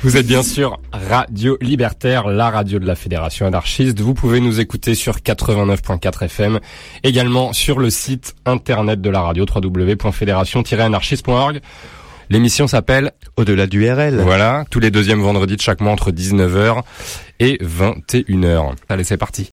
Vous êtes bien sûr Radio Libertaire, la radio de la Fédération anarchiste. Vous pouvez nous écouter sur 89.4 FM, également sur le site internet de la radio www.fédération-anarchiste.org. L'émission s'appelle Au-delà du RL. Voilà, tous les deuxièmes vendredis de chaque mois entre 19h et 21h. Allez, c'est parti.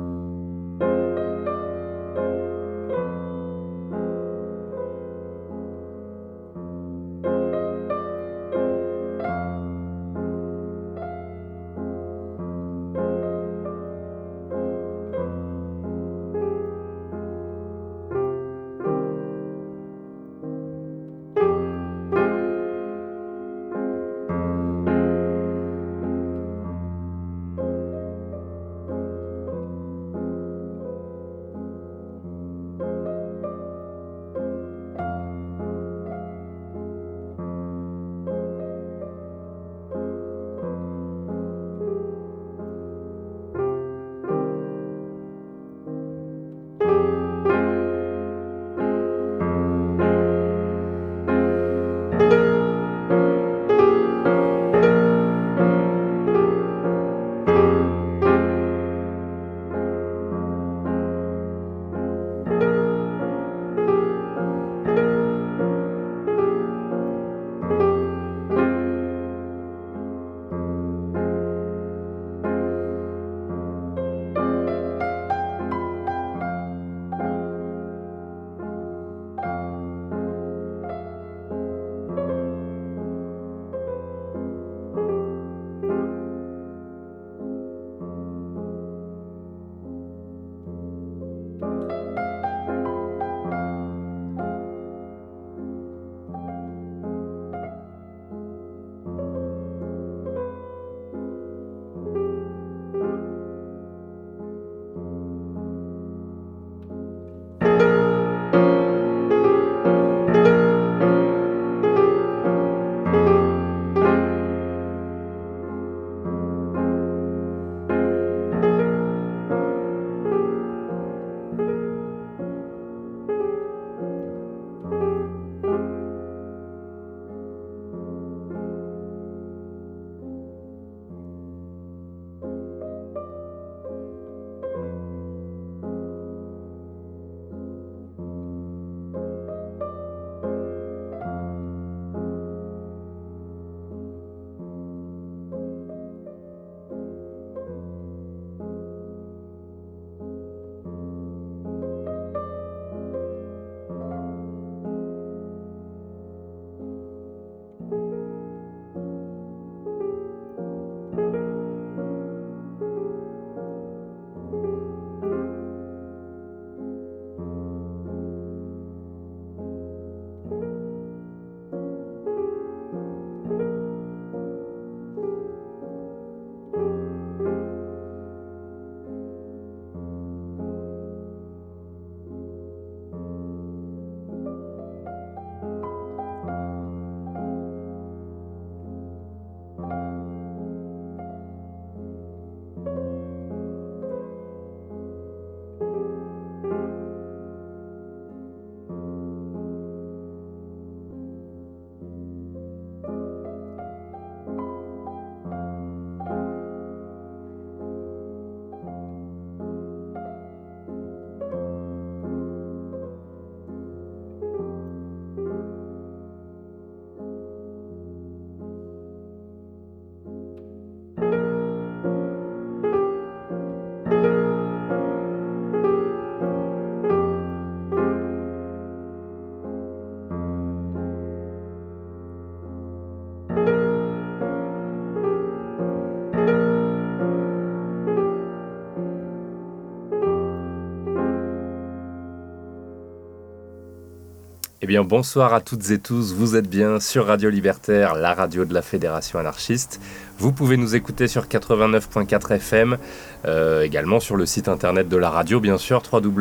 Eh bien, bonsoir à toutes et tous. Vous êtes bien sur Radio Libertaire, la radio de la Fédération anarchiste. Vous pouvez nous écouter sur 89.4 FM, également sur le site internet de la radio, bien sûr,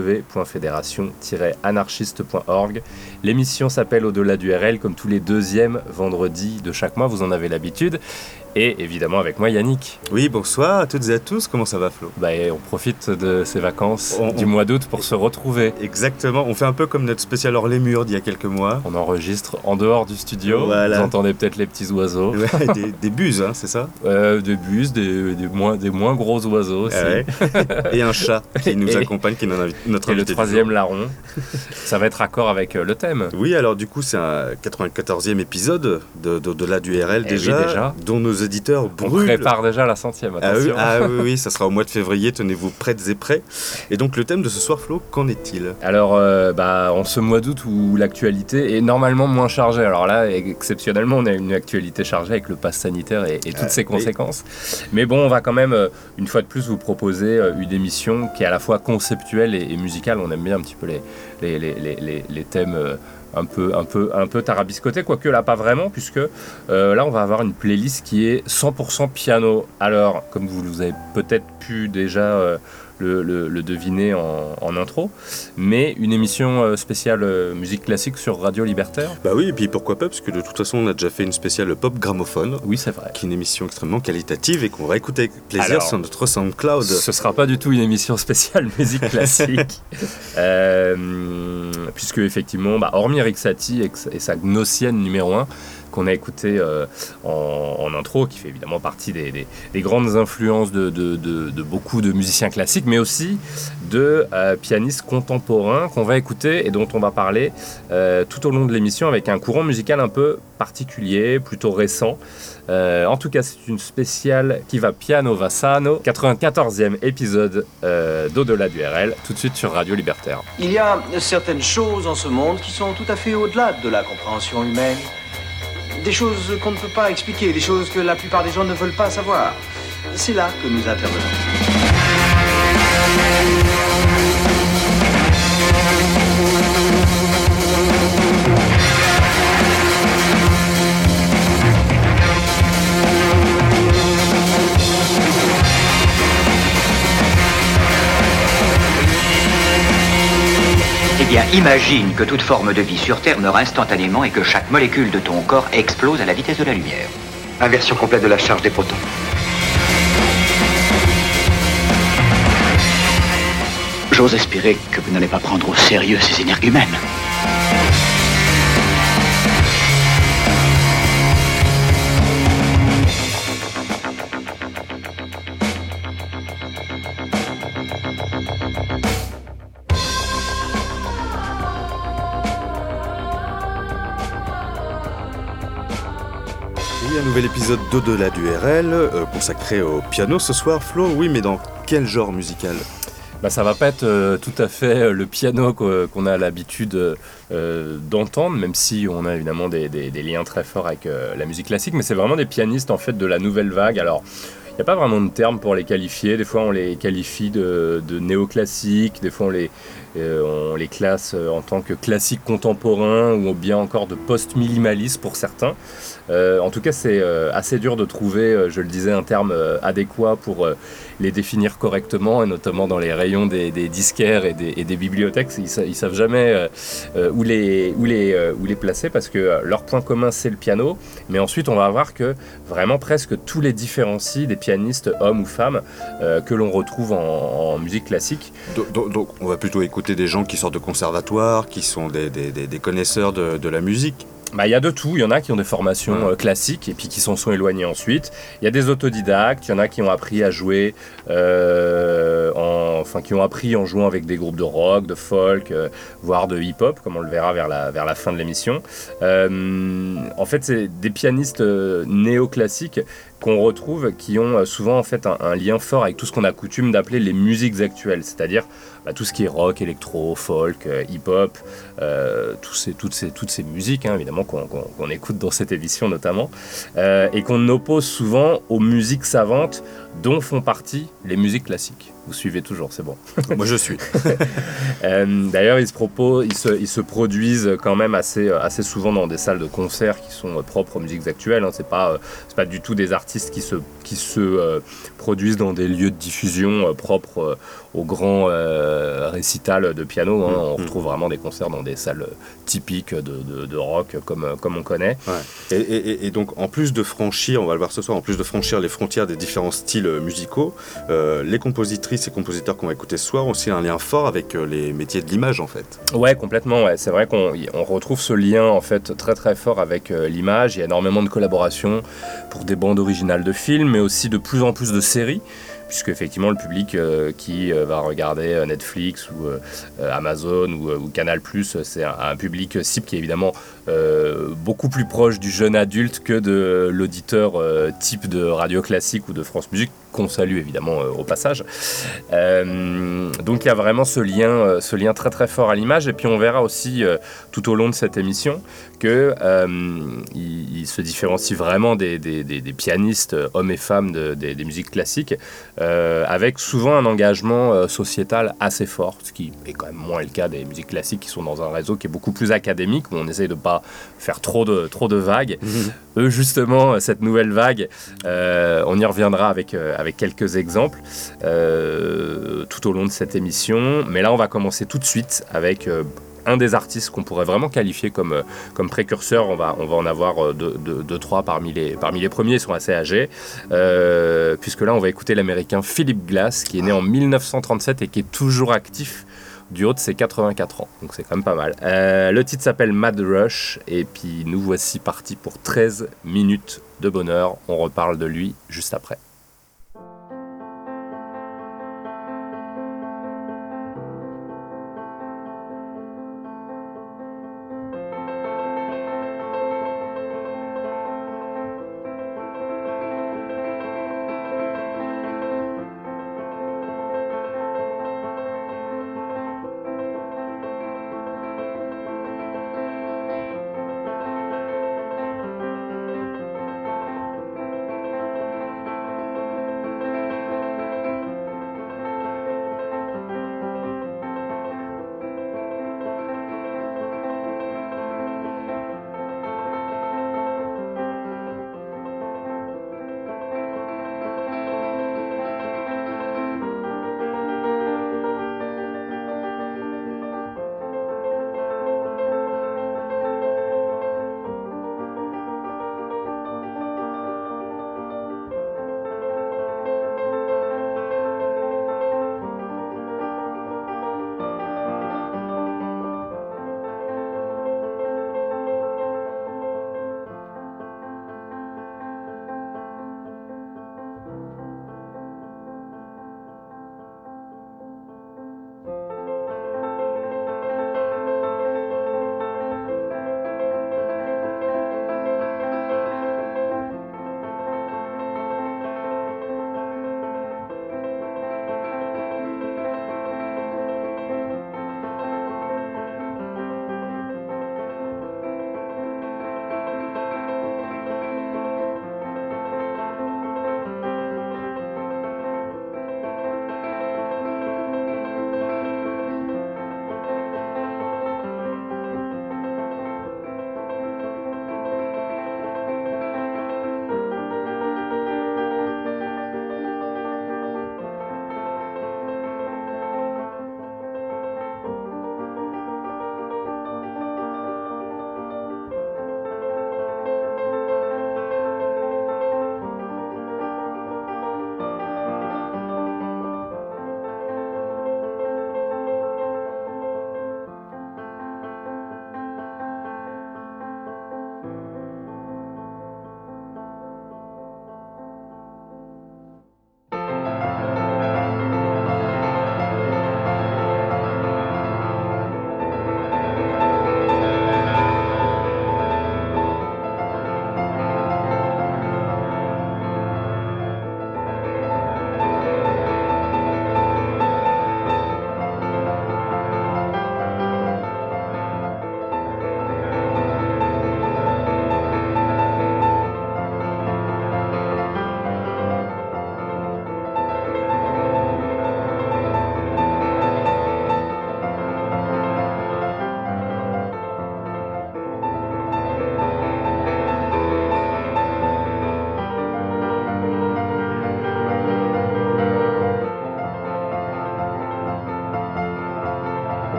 www.fédération-anarchiste.org. L'émission s'appelle Au-delà du RL, comme tous les deuxièmes vendredis de chaque mois, vous en avez l'habitude. Et évidemment avec moi Yannick. Oui, bonsoir à toutes et à tous, comment ça va Flo ? On profite de ces vacances du mois d'août pour se retrouver. Exactement, on fait un peu comme notre spécial Hors les murs d'il y a quelques mois. On enregistre en dehors du studio, voilà. Vous entendez peut-être les petits oiseaux. Ouais, des buses, hein, c'est ça ? Des buses, des moins gros oiseaux aussi. Ouais. Et un chat qui nous accompagne, qui est notre invité. Et le troisième larron. Ça va être raccord avec le thème. Oui, alors du coup c'est un 94e épisode d'Au-delà du RL déjà, dont nos éditeurs brûlent. On prépare déjà la 100e, attention. Oui, ça sera au mois de février, tenez-vous prêtes et prêts. Et donc le thème de ce soir, Flo, qu'en est-il ? Alors, en ce mois d'août où l'actualité est normalement moins chargée, alors là, exceptionnellement, on a une actualité chargée avec le pass sanitaire et toutes ses conséquences. Mais bon, on va quand même, une fois de plus, vous proposer une émission qui est à la fois conceptuelle et musicale. On aime bien un petit peu les thèmes un peu tarabiscotés, quoique là pas vraiment, puisque là on va avoir une playlist qui est 100% piano. Alors, comme vous avez peut-être pu déjà le deviner en intro, mais une émission spéciale musique classique sur Radio Libertaire. Bah oui, et puis pourquoi pas, parce que de toute façon on a déjà fait une spéciale pop gramophone. Oui, c'est vrai. Qui est une émission extrêmement qualitative et qu'on va écouter avec plaisir sur notre SoundCloud. Ce sera pas du tout une émission spéciale musique classique, puisque effectivement, hormis Eric Satie et sa Gnossienne numéro 1, qu'on a écouté en intro, qui fait évidemment partie des grandes influences de beaucoup de musiciens classiques, mais aussi de pianistes contemporains qu'on va écouter et dont on va parler tout au long de l'émission avec un courant musical un peu particulier, plutôt récent. En tout cas, c'est une spéciale qui va piano va sano, 94e épisode d'Au-delà du RL, tout de suite sur Radio Libertaire. Il y a certaines choses en ce monde qui sont tout à fait au-delà de la compréhension humaine. Des choses qu'on ne peut pas expliquer, des choses que la plupart des gens ne veulent pas savoir. C'est là que nous intervenons. Eh bien, imagine que toute forme de vie sur Terre meurt instantanément et que chaque molécule de ton corps explose à la vitesse de la lumière. Inversion complète de la charge des protons. J'ose espérer que vous n'allez pas prendre au sérieux ces énergumènes. Un nouvel épisode d'Au-delà du RL, consacré au piano ce soir. Flo, oui, mais dans quel genre musical ? Ça va pas être tout à fait le piano qu'on a l'habitude d'entendre, même si on a évidemment des liens très forts avec la musique classique, mais c'est vraiment des pianistes en fait de la nouvelle vague. Alors, il n'y a pas vraiment de terme pour les qualifier. Des fois, on les qualifie de néoclassiques, des fois on les classe en tant que classiques contemporains ou bien encore de post-minimalistes pour certains. En tout cas, c'est assez dur de trouver, je le disais, un terme adéquat pour les définir correctement, et notamment dans les rayons des disquaires et des bibliothèques. Ils savent jamais où les placer, parce que leur point commun, c'est le piano. Mais ensuite, on va voir que vraiment presque tous les différencies des pianistes, hommes ou femmes, que l'on retrouve en musique classique. Donc, on va plutôt écouter des gens qui sortent de conservatoire, qui sont des connaisseurs de la musique. Il y a de tout, il y en a qui ont des formations classiques et puis qui s'en sont éloignés ensuite. Il y a des autodidactes, il y en a qui ont appris à jouer, qui ont appris en jouant avec des groupes de rock, de folk, voire de hip-hop, comme on le verra vers la fin de l'émission. En fait, c'est des pianistes néoclassiques qu'on retrouve, qui ont souvent en fait un lien fort avec tout ce qu'on a coutume d'appeler les musiques actuelles, c'est-à-dire tout ce qui est rock, électro, folk, hip-hop, toutes ces musiques évidemment qu'on écoute dans cette édition notamment, et qu'on oppose souvent aux musiques savantes dont font partie les musiques classiques. Vous suivez toujours, c'est bon. Moi, je suis. D'ailleurs, ils se produisent quand même assez souvent dans des salles de concert qui sont propres aux musiques actuelles. Hein. C'est pas du tout des artistes qui se produisent dans des lieux de diffusion propres aux grands récitals de piano. Hein. On retrouve vraiment des concerts dans des salles typiques de rock comme on connaît. Ouais. Et donc, en plus de franchir, on va le voir ce soir, en plus de franchir les frontières des différents styles musicaux, les compositrices et compositeurs qu'on va écouter ce soir ont aussi un lien fort avec les métiers de l'image, en fait. Ouais, complètement. Ouais. C'est vrai qu'on retrouve ce lien en fait très très fort avec l'image. Il y a énormément de collaborations pour des bandes originales de films, mais aussi de plus en plus de séries. Puisque effectivement le public qui va regarder Netflix ou Amazon ou Canal+, c'est un public cible qui est évidemment beaucoup plus proche du jeune adulte que de l'auditeur type de radio classique ou de France Musique, qu'on salue évidemment au passage. Donc il y a vraiment ce lien très très fort à l'image, et puis on verra aussi tout au long de cette émission que il se différencie vraiment des pianistes hommes et femmes des musiques classiques, avec souvent un engagement sociétal assez fort, ce qui est quand même moins le cas des musiques classiques qui sont dans un réseau qui est beaucoup plus académique, où on essaye de pas faire trop de vagues. Eux justement, cette nouvelle vague, on y reviendra avec quelques exemples tout au long de cette émission, mais là on va commencer tout de suite avec un des artistes qu'on pourrait vraiment qualifier comme précurseur. On va en avoir deux, trois parmi les premiers. Ils sont assez âgés, puisque là on va écouter l'américain Philip Glass, qui est né en 1937 et qui est toujours actif du haut de ses 84 ans, donc c'est quand même pas mal. Le titre s'appelle Mad Rush, et puis nous voici partis pour 13 minutes de bonheur. On reparle de lui juste après.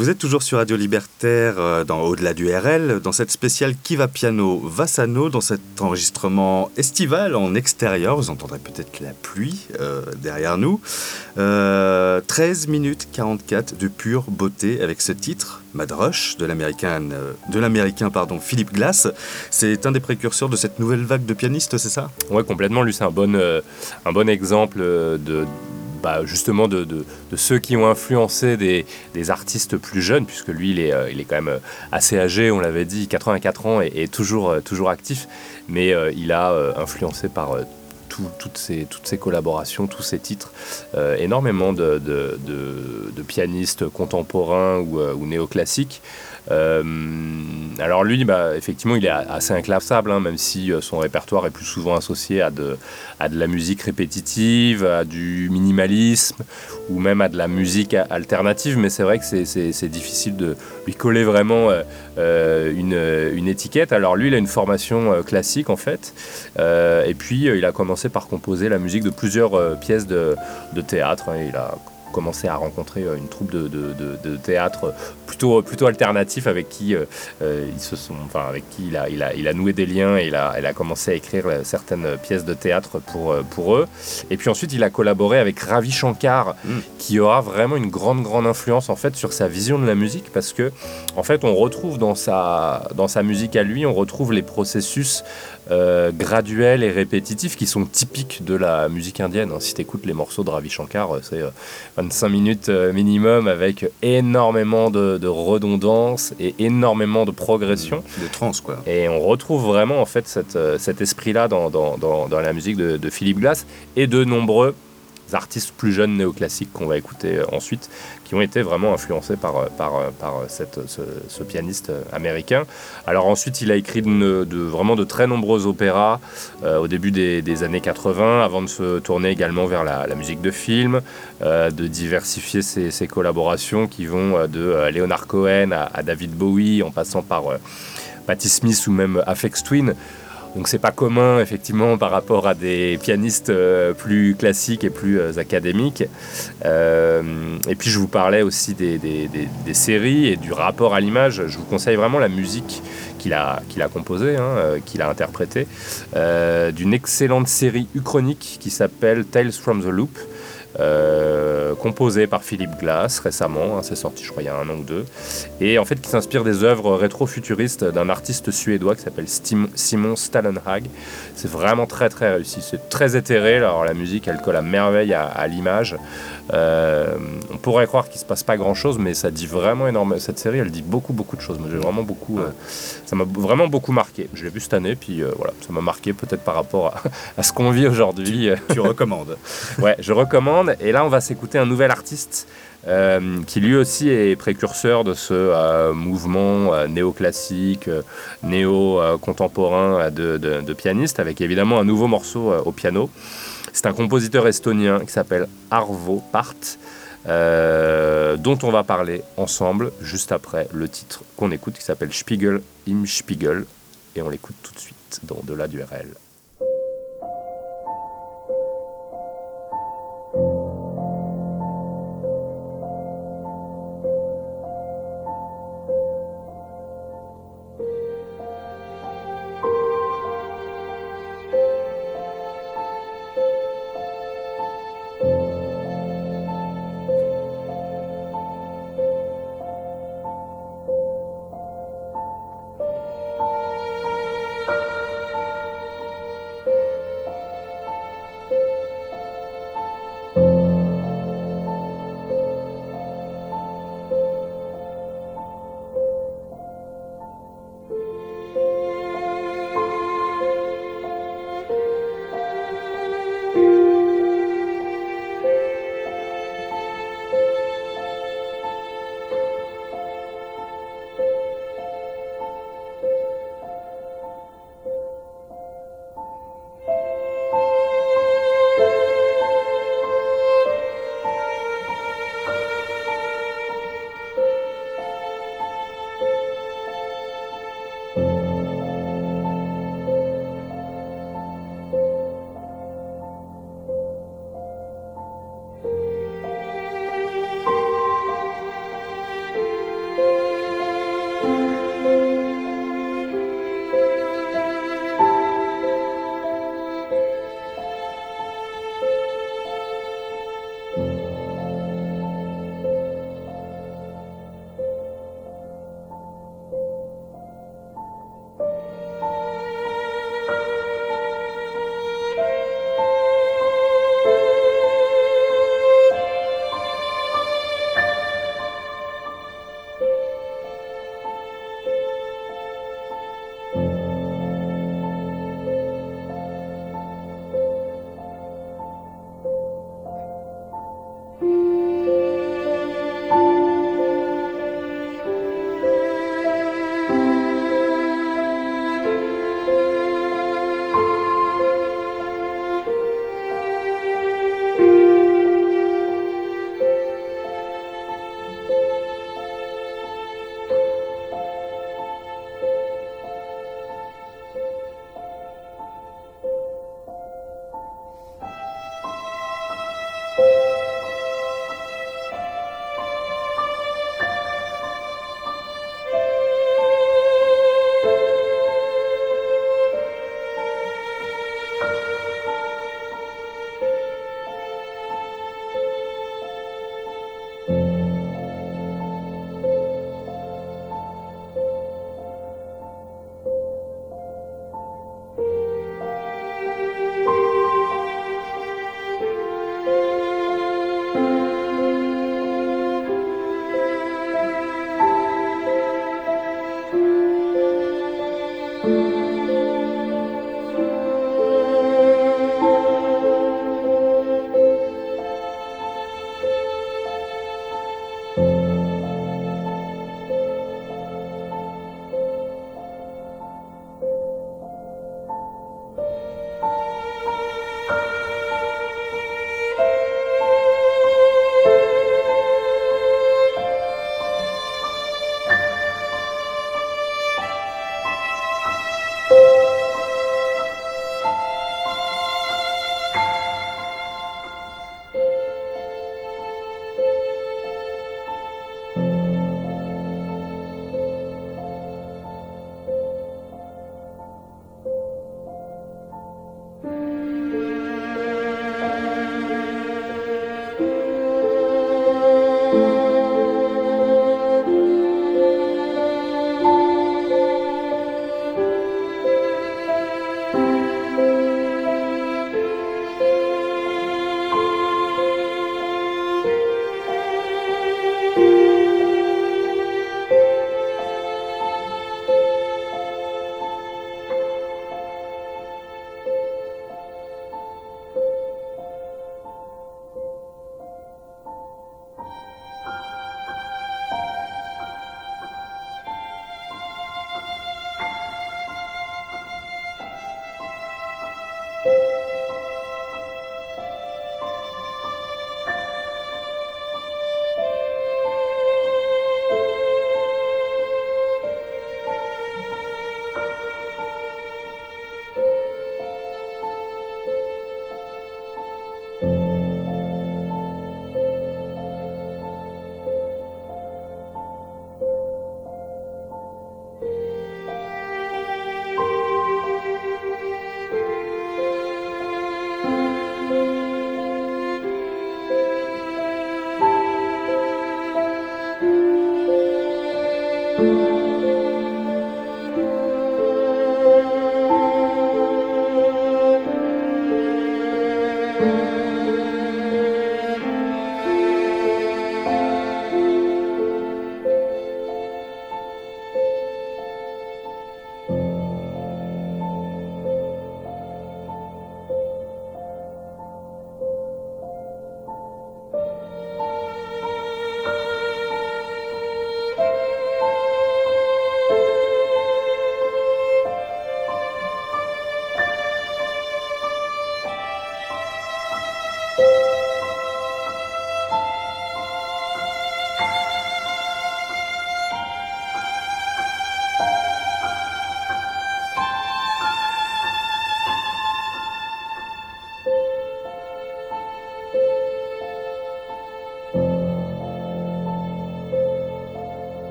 Vous êtes toujours sur Radio Libertaire dans Au-delà du RL, dans cette spéciale Qui va piano Vassano, dans cet enregistrement estival en extérieur. Vous entendrez peut-être la pluie derrière nous. 13 minutes 44 de pure beauté avec ce titre, Mad Rush, de l'américain Philip Glass. C'est un des précurseurs de cette nouvelle vague de pianistes, c'est ça ? Ouais, complètement. Lui, c'est un bon exemple justement de ceux qui ont influencé des artistes plus jeunes, puisque lui il est quand même assez âgé, on l'avait dit, 84 ans et toujours actif, mais il a influencé par toutes ces collaborations, tous ces titres, énormément de pianistes contemporains ou néoclassiques. Alors lui, effectivement, il est assez inclassable, même si son répertoire est plus souvent associé à de la musique répétitive, à du minimalisme ou même à de la musique alternative. Mais c'est vrai que c'est difficile de lui coller vraiment une étiquette. Alors lui, il a une formation classique en fait, et puis il a commencé par composer la musique de plusieurs pièces de théâtre. Il a commencé à rencontrer une troupe de théâtre plutôt alternatif avec qui il a noué des liens et il a commencé à écrire certaines pièces de théâtre pour eux. Et puis ensuite il a collaboré avec Ravi Shankar qui aura vraiment une grande influence en fait sur sa vision de la musique, parce que en fait on retrouve dans sa musique à lui, on retrouve les processus graduels et répétitifs qui sont typiques de la musique indienne. Si tu écoutes les morceaux de Ravi Shankar, c'est 25 minutes minimum avec énormément de redondance et énormément de progression. De trance, quoi. Et on retrouve vraiment en fait cet esprit-là dans la musique de Philip Glass et de nombreux artistes plus jeunes néoclassiques qu'on va écouter ensuite, qui ont été vraiment influencés par ce pianiste américain. Alors ensuite, il a écrit vraiment de très nombreux opéras au début des années 80, avant de se tourner également vers la musique de film, de diversifier ses collaborations qui vont de Leonard Cohen à David Bowie, en passant par Patti Smith ou même Aphex Twin. Donc c'est pas commun effectivement par rapport à des pianistes plus classiques et plus académiques. Et puis je vous parlais aussi des séries et du rapport à l'image. Je vous conseille vraiment la musique qu'il a composée, qu'il a interprétée, d'une excellente série uchronique qui s'appelle Tales from the Loop. Composé par Philip Glass récemment, c'est sorti je crois il y a 1 an ou 2, et en fait qui s'inspire des œuvres rétro-futuristes d'un artiste suédois qui s'appelle Simon Stallenhag. C'est vraiment très très réussi, c'est très éthéré. Alors la musique elle colle à merveille à l'image. On pourrait croire qu'il se passe pas grand chose, mais ça dit vraiment énormément. Cette série elle dit beaucoup de choses. Moi j'ai vraiment ça m'a vraiment beaucoup marqué. Je l'ai vu cette année, puis voilà, ça m'a marqué peut-être par rapport à ce qu'on vit aujourd'hui. Tu recommandes? Ouais, je recommande. Et là on va s'écouter un nouvel artiste qui lui aussi est précurseur de ce mouvement néoclassique, néo-contemporain de pianistes, avec évidemment un nouveau morceau au piano. C'est un compositeur estonien qui s'appelle Arvo Pärt, dont on va parler ensemble juste après le titre qu'on écoute, qui s'appelle Spiegel im Spiegel, et on l'écoute tout de suite dans Au-delà du RL.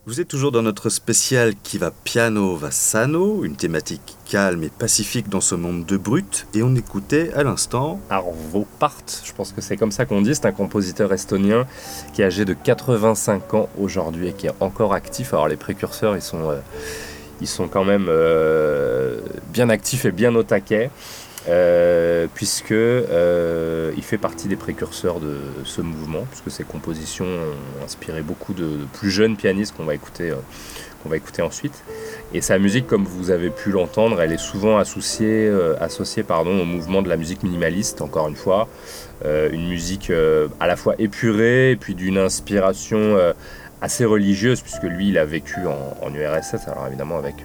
Vous êtes toujours dans notre spécial Qui va piano va sano, une thématique calme et pacifique dans ce monde de brutes, et on écoutait à l'instant Arvo Pärt, je pense que c'est comme ça qu'on dit, c'est un compositeur estonien qui est âgé de 85 ans aujourd'hui et qui est encore actif. Alors les précurseurs, ils sont quand même bien actifs et bien au taquet. Puisque il fait partie des précurseurs de ce mouvement, puisque ses compositions ont inspiré beaucoup de plus jeunes pianistes qu'on va écouter ensuite. Et sa musique, comme vous avez pu l'entendre, elle est souvent associée au mouvement de la musique minimaliste, encore une fois. Une musique à la fois épurée et puis d'une inspiration assez religieuse, puisque lui, il a vécu en URSS, alors évidemment avec...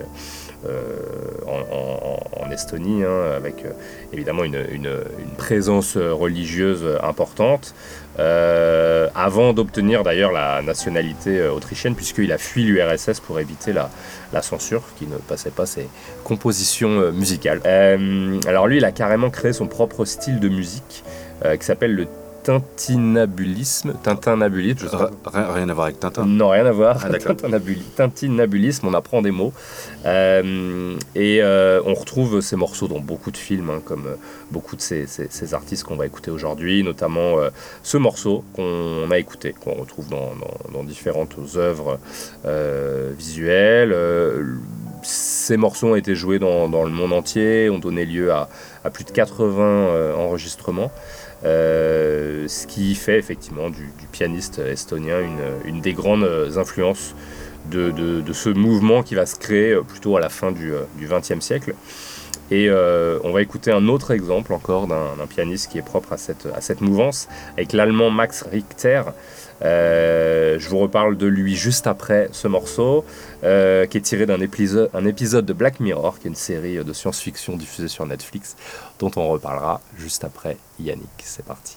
en Estonie, avec évidemment une présence religieuse importante, avant d'obtenir d'ailleurs la nationalité autrichienne, puisqu'il a fui l'URSS pour éviter la censure qui ne passait pas ses compositions musicales. Alors lui, il a carrément créé son propre style de musique qui s'appelle le tintinabulisme, je sais pas. Rien à voir avec Tintin. Non, rien à voir. Ah, d'accord. Tintinabulisme, on apprend des mots. On retrouve ces morceaux dans beaucoup de films, comme beaucoup de ces artistes qu'on va écouter aujourd'hui, notamment ce morceau qu'on a écouté, qu'on retrouve dans différentes œuvres visuelles. Ces morceaux ont été joués dans le monde entier, ont donné lieu à plus de 80 enregistrements. Ce qui fait effectivement du pianiste estonien une des grandes influences de ce mouvement qui va se créer plutôt à la fin du XXe siècle. Et on va écouter un autre exemple encore d'un pianiste qui est propre à cette mouvance, avec l'allemand Max Richter. Je vous reparle de lui juste après ce morceau, qui est tiré d'un épisode de Black Mirror, qui est une série de science-fiction diffusée sur Netflix, dont on reparlera juste après Yannick. C'est parti.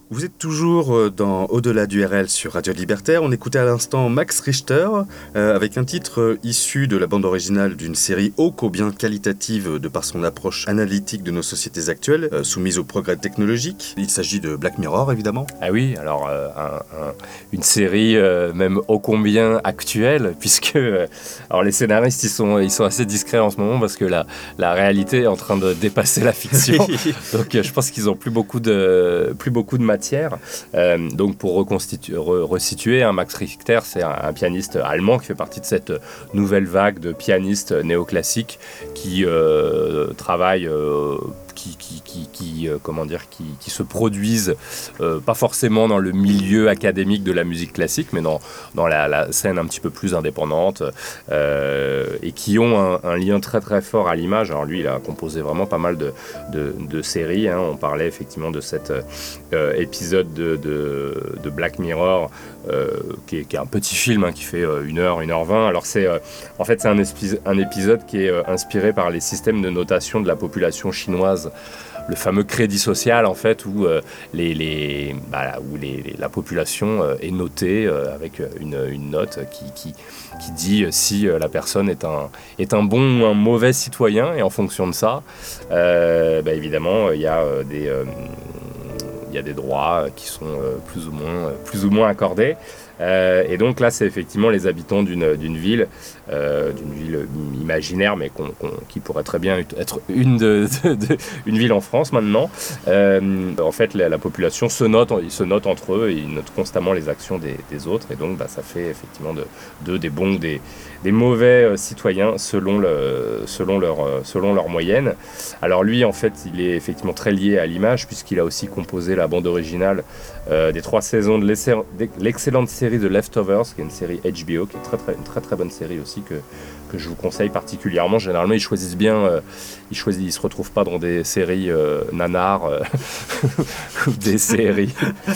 Vous êtes toujours dans Au-delà du RL sur Radio Libertaire. On écoutait à l'instant Max Richter avec un titre issu de la bande originale d'une série ô combien qualitative de par son approche analytique de nos sociétés actuelles, soumises au progrès technologique. Il s'agit de Black Mirror, évidemment. Ah oui, alors une série même ô combien actuelle, puisque alors les scénaristes ils sont assez discrets en ce moment parce que la réalité est en train de dépasser la fiction. Donc je pense qu'ils ont plus beaucoup de matière. Donc pour resituer, Max Richter, c'est un pianiste allemand qui fait partie de cette nouvelle vague de pianistes néoclassiques qui travaillent, qui se produisent pas forcément dans le milieu académique de la musique classique, mais dans la scène un petit peu plus indépendante, et qui ont un lien très très fort à l'image. Alors lui, il a composé vraiment pas mal de séries, hein. On parlait effectivement de cet épisode de Black Mirror, qui est un petit film, hein, qui fait 1h, 1h20. Alors c'est un épisode qui est inspiré par les systèmes de notation de la population chinoise, le fameux crédit social, en fait, où la population est notée avec une note qui dit si la personne est un bon ou un mauvais citoyen, et en fonction de ça, évidemment, il y a des droits qui sont plus ou moins accordés. Et donc là, c'est effectivement les habitants d'une ville imaginaire, mais qui pourrait très bien être une ville en France maintenant. En fait, la population ils se notent entre eux, et ils notent constamment les actions des autres, et donc ça fait effectivement d'eux des bons, des mauvais citoyens selon leur moyenne. Alors lui, en fait, il est effectivement très lié à l'image, puisqu'il a aussi composé la bande originale des 3 saisons de l'excellente série The Leftovers, qui est une série HBO, qui est une très très bonne série aussi, que je vous conseille particulièrement. Généralement, ils choisissent bien, ils se retrouvent pas dans des séries nanars ou des séries.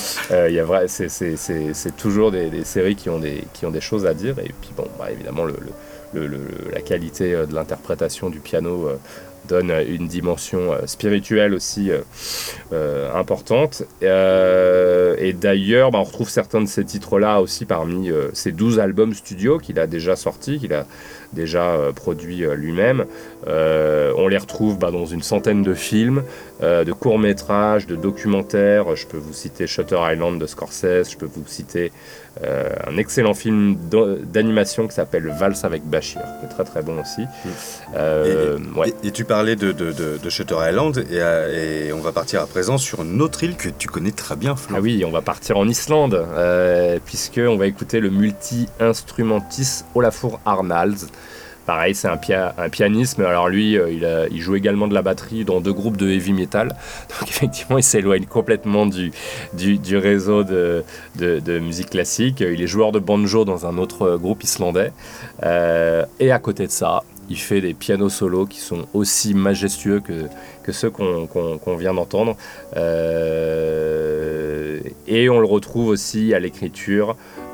C'est toujours des séries qui ont des choses à dire. Et puis évidemment, la qualité de l'interprétation du piano donne une dimension spirituelle aussi importante. Et d'ailleurs, on retrouve certains de ces titres-là aussi parmi ces 12 albums studio qu'il a déjà sortis, qu'il a déjà produit lui-même. On les retrouve dans une centaine de films, de courts-métrages, de documentaires. Je peux vous citer Shutter Island de Scorsese, je peux vous citer un excellent film d'animation qui s'appelle Valse avec Bachir, qui est très très bon aussi. Et tu parlais de Shutter Island, et on va partir à présent sur une autre île que tu connais très bien, Flo. Ah oui, on va partir en Islande, puisqu'on va écouter le multi-instrumentiste Olafur Arnalds. Pareil, c'est un pianiste, mais alors lui, il joue également de la batterie dans 2 groupes de heavy metal. Donc effectivement, il s'éloigne complètement du réseau de musique classique. Il est joueur de banjo dans un autre groupe islandais. Et à côté de ça, il fait des pianos solos qui sont aussi majestueux que ceux qu'on vient d'entendre. Et on le retrouve aussi à l'écriture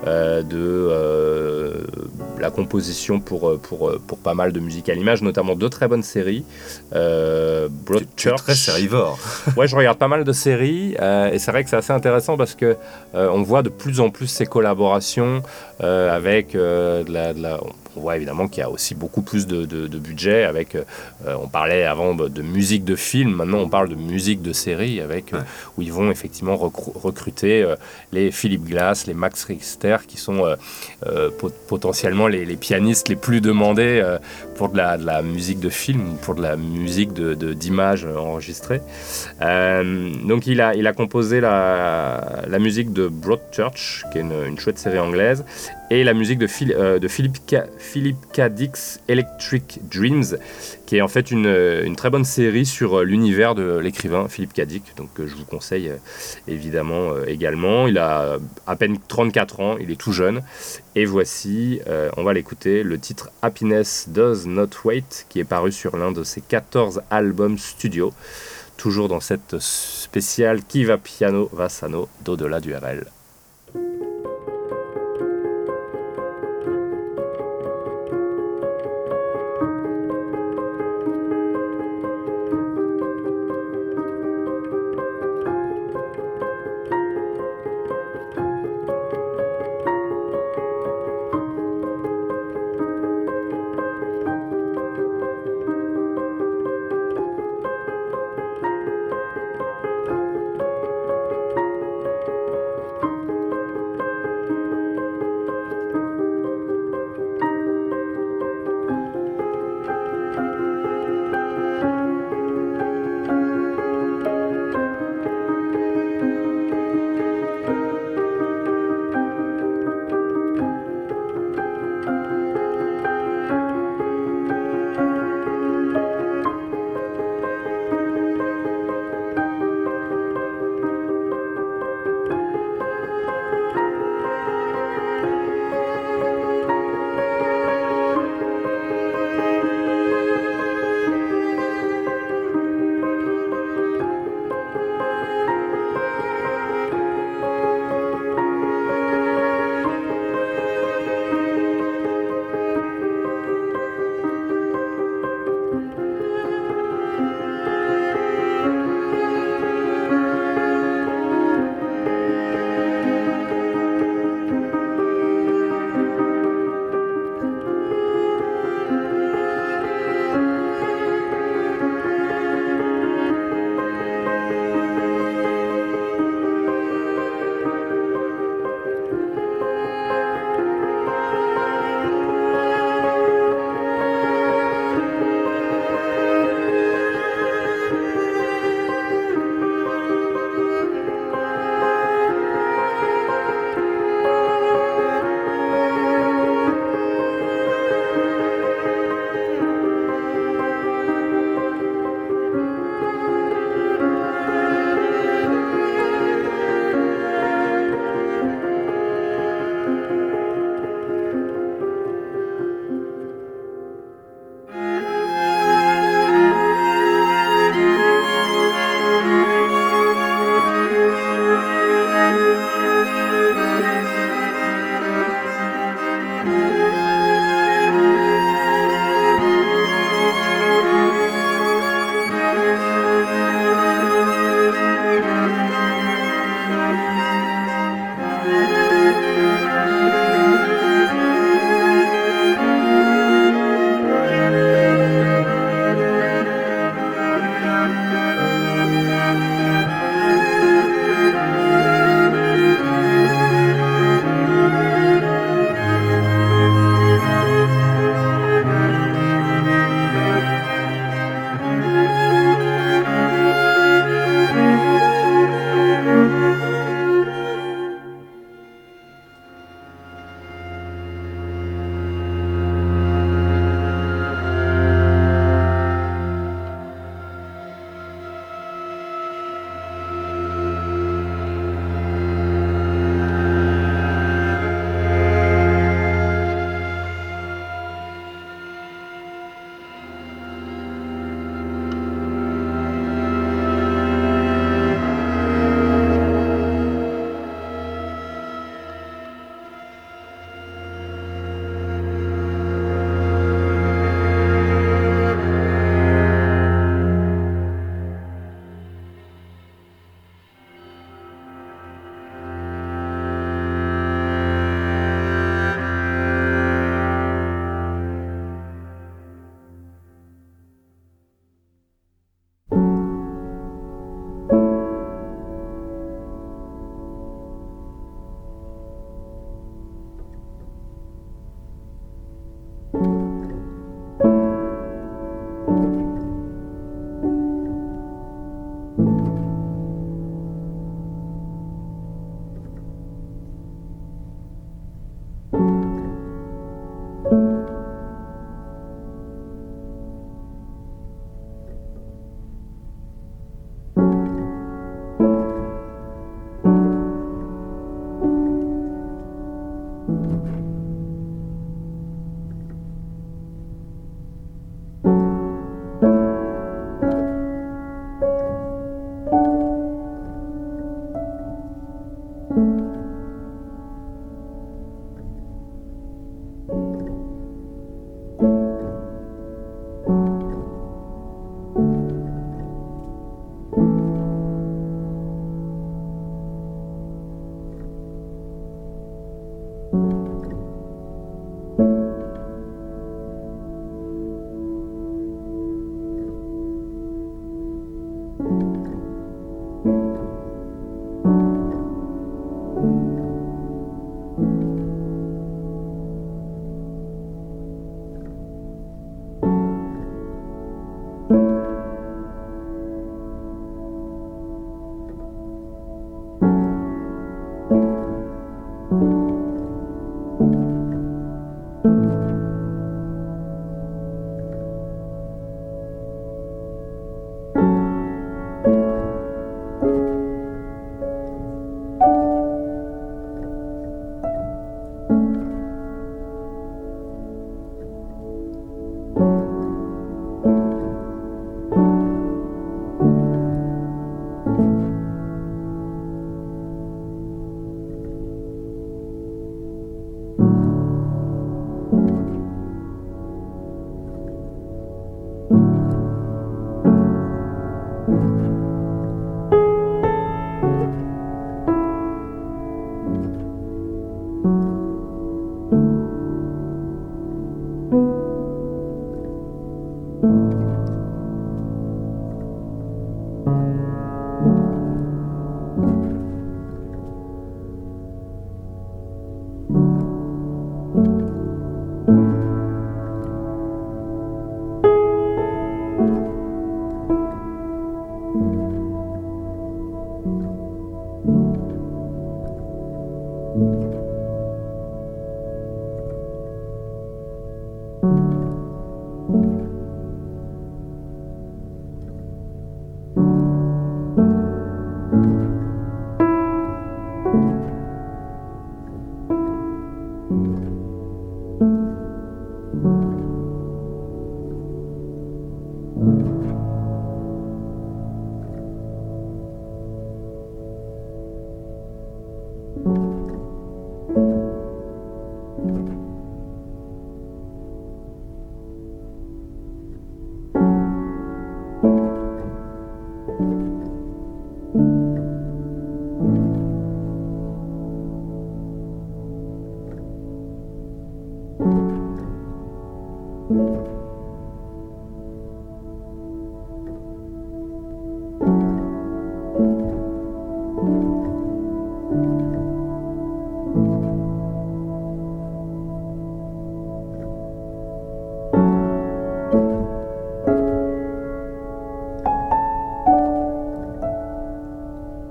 de la composition pour pas mal de musique à l'image, notamment 2 très bonnes séries. Broadchurch. Très sérivore. Ouais, je regarde pas mal de séries, et c'est vrai que c'est assez intéressant parce que on voit de plus en plus ces collaborations avec on voit évidemment qu'il y a aussi beaucoup plus de budget avec, on parlait avant de musique de film, maintenant on parle de musique de série avec, où ils vont effectivement recruter les Philip Glass, les Max Richter, qui sont potentiellement les pianistes les plus demandés pour de la musique de film ou pour de la musique d'images enregistrées. Donc il a composé la musique de Broadchurch, qui est une chouette série anglaise, et la musique de Philip K. Dick's Electric Dreams, qui est en fait une très bonne série sur l'univers de l'écrivain Philip K. Dick, donc je vous conseille évidemment également. Il a à peine 34 ans, il est tout jeune, et voici, on va l'écouter, le titre Happiness Does Not Wait, qui est paru sur l'un de ses 14 albums studio, toujours dans cette spéciale Qui va piano va sano d'au-delà du RL.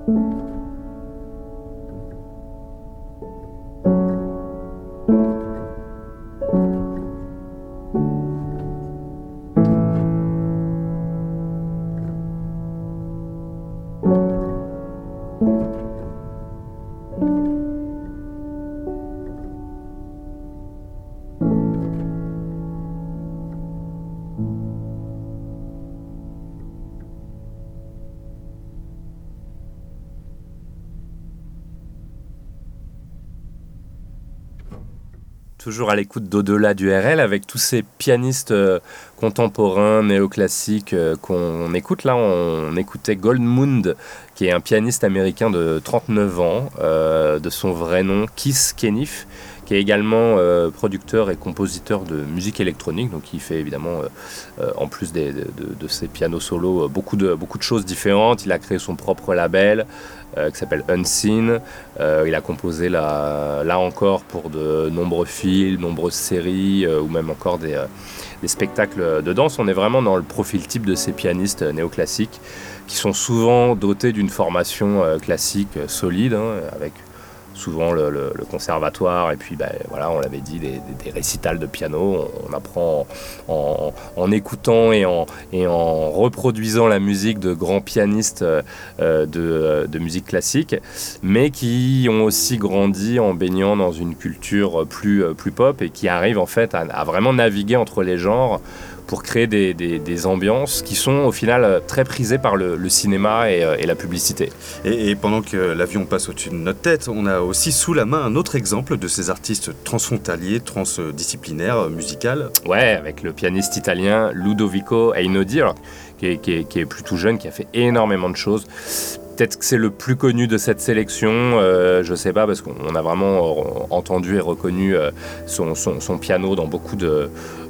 Toujours à l'écoute d'Au-delà du RL avec tous ces pianistes contemporains, néoclassiques qu'on écoute. Là, on écoutait Goldmund, qui est un pianiste américain de 39 ans, de son vrai nom, Keith Keniff, qui est également producteur et compositeur de musique électronique. Donc il fait évidemment, en plus de ses pianos solos, beaucoup de choses différentes. Il a créé son propre label qui s'appelle Unseen. Il a composé là encore pour de nombreux films, nombreuses séries ou même encore des spectacles de danse. On est vraiment dans le profil type de ces pianistes néoclassiques qui sont souvent dotés d'une formation classique solide, avec souvent le conservatoire et puis voilà, on l'avait dit, des récitals de piano. On apprend en écoutant et en reproduisant la musique de grands pianistes de musique classique, mais qui ont aussi grandi en baignant dans une culture plus pop et qui arrivent en fait à vraiment naviguer entre les genres pour créer des ambiances qui sont au final très prisées par le cinéma et la publicité. Et pendant que l'avion passe au-dessus de notre tête, on a aussi sous la main un autre exemple de ces artistes transfrontaliers, transdisciplinaires, musicales. Ouais, avec le pianiste italien Ludovico Einaudi, qui est plutôt jeune, qui a fait énormément de choses. Peut-être que c'est le plus connu de cette sélection, je sais pas, parce qu'on a vraiment entendu et reconnu son piano dans beaucoup de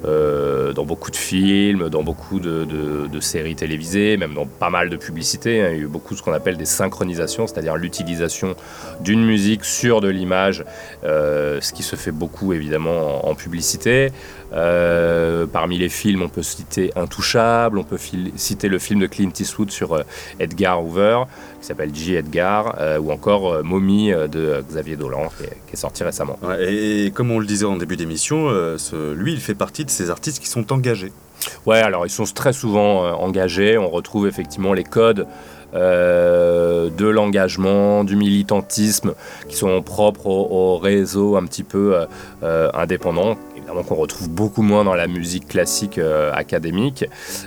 films, dans beaucoup de séries télévisées, même dans pas mal de publicités. Il y a eu beaucoup de ce qu'on appelle des synchronisations, c'est-à-dire l'utilisation d'une musique sur de l'image, ce qui se fait beaucoup évidemment en publicité. Parmi les films, on peut citer Intouchable, on peut citer le film de Clint Eastwood sur Edgar Hoover, qui s'appelle J. Edgar, ou encore Mommy de Xavier Dolan, qui est sorti récemment. Ouais, et comme on le disait en début d'émission, lui, il fait partie de ces artistes qui sont engagés. Ouais, alors ils sont très souvent engagés. On retrouve effectivement les codes de l'engagement, du militantisme qui sont propres au réseau un petit peu indépendant, évidemment qu'on retrouve beaucoup moins dans la musique classique académique.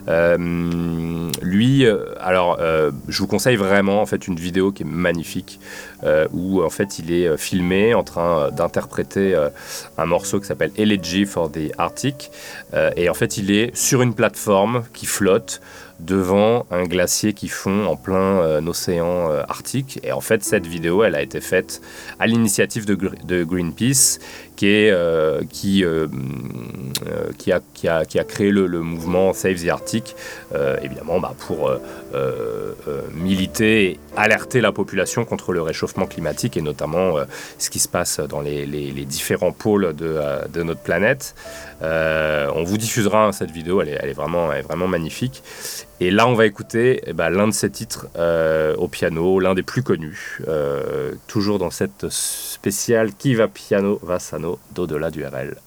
Lui, je vous conseille vraiment en fait une vidéo qui est magnifique où en fait il est filmé en train d'interpréter un morceau qui s'appelle Elegy for the Arctic et en fait il est sur une plateforme qui flotte devant un glacier qui fond en plein océan arctique. Et en fait, cette vidéo, elle a été faite à l'initiative de Greenpeace, qui a créé le mouvement Save the Arctic, évidemment pour militer et alerter la population contre le réchauffement climatique et notamment ce qui se passe dans les différents pôles de notre planète. On vous diffusera cette vidéo, elle est vraiment magnifique. Et là, on va écouter l'un de ses titres au piano, l'un des plus connus, toujours dans cette spéciale Chi va piano va sano d'Au-delà du RL.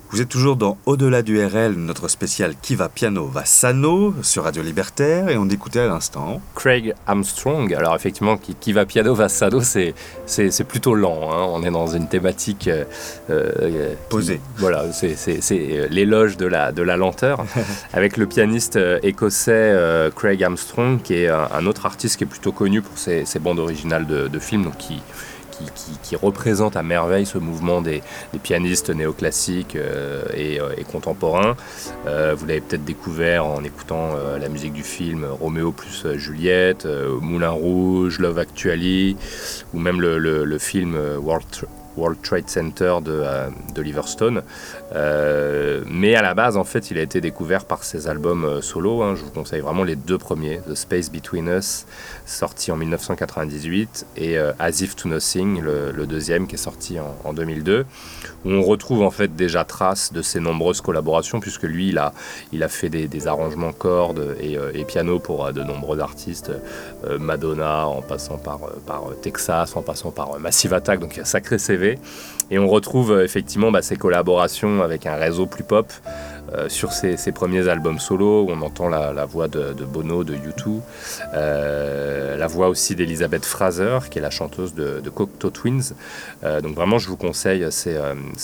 Vous êtes toujours dans Au-delà du RL, notre spécial Qui va piano va sano sur Radio Libertaire, et on écoutait à l'instant Craig Armstrong. Alors effectivement, qui va piano va sano, c'est plutôt lent. Hein. On est dans une thématique posée. Voilà, c'est l'éloge de la lenteur, avec le pianiste écossais Craig Armstrong, qui est un autre artiste qui est plutôt connu pour ses bandes originales de films, donc qui représente à merveille ce mouvement des pianistes néoclassiques et contemporains. Vous l'avez peut-être découvert en écoutant la musique du film Roméo plus Juliette, Moulin Rouge, Love Actually, ou même le film World Trade Center d'Oliver Stone. Mais à la base, en fait, il a été découvert par ses albums solo. Hein. Je vous conseille vraiment les deux premiers, The Space Between Us, sorti en 1998, et As If to Nothing, le deuxième, qui est sorti en 2002, où on retrouve en fait déjà trace de ses nombreuses collaborations, puisque lui, il a fait des arrangements cordes et piano pour de nombreux artistes, Madonna, en passant par Texas, en passant par Massive Attack, donc il y a un sacré CV. Et on retrouve effectivement ses collaborations avec un réseau plus pop sur ses premiers albums solo, où on entend la voix de Bono, de U2, la voix aussi d'Elizabeth Fraser, qui est la chanteuse de Cocteau Twins. Donc vraiment, je vous conseille ces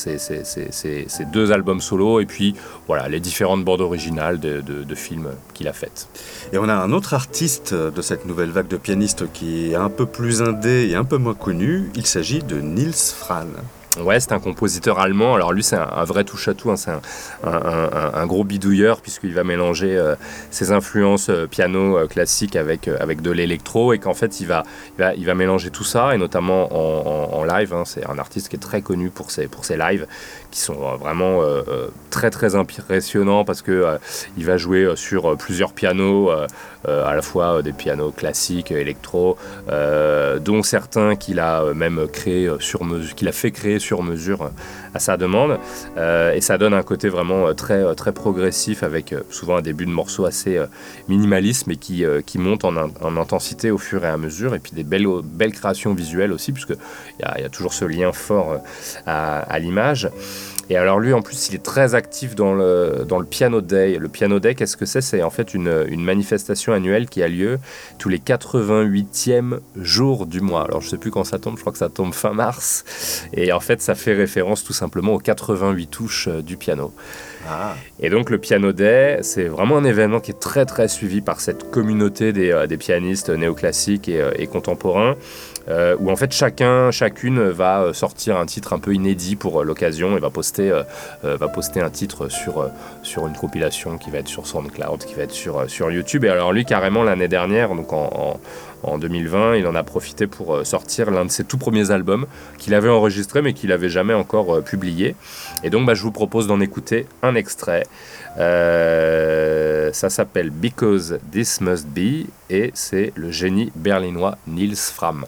deux albums solo, et puis voilà, les différentes bandes originales de films qu'il a faites. Et on a un autre artiste de cette nouvelle vague de pianistes qui est un peu plus indé et un peu moins connu. Il s'agit de Nils Frahm. Ouais, c'est un compositeur allemand. Alors lui, c'est un vrai touche-à-tout, hein. C'est un gros bidouilleur, puisqu'il va mélanger ses influences piano classique avec de l'électro, et qu'en fait il va mélanger tout ça, et notamment en live. Hein. C'est un artiste qui est très connu pour ses lives, qui sont vraiment très très impressionnants, parce que il va jouer sur plusieurs pianos, à la fois des pianos classiques, électro, dont certains qu'il a même créé sur mesure, qu'il a fait créer sur mesure à sa demande, et ça donne un côté vraiment très, très progressif, avec souvent un début de morceau assez minimaliste, mais qui monte en intensité au fur et à mesure, et puis des belles créations visuelles aussi, puisqu'il y a toujours ce lien fort à l'image. Et alors lui, en plus, il est très actif dans le Piano Day. Le Piano Day, qu'est-ce que c'est ? C'est en fait une manifestation annuelle qui a lieu tous les 88e jours du mois. Alors je ne sais plus quand ça tombe, je crois que ça tombe fin mars. Et en fait, ça fait référence tout simplement aux 88 touches du piano. Ah. Et donc le Piano Day, c'est vraiment un événement qui est très très suivi par cette communauté des pianistes néoclassiques et contemporains, où en fait chacune va sortir un titre un peu inédit pour l'occasion, et va poster un titre sur une compilation qui va être sur SoundCloud, qui va être sur YouTube. Et alors lui, carrément, l'année dernière, donc en 2020, il en a profité pour sortir l'un de ses tout premiers albums qu'il avait enregistré, mais qu'il n'avait jamais encore publié. Et donc je vous propose d'en écouter un extrait. Ça s'appelle Because This Must Be, et c'est le génie berlinois Nils Frahm.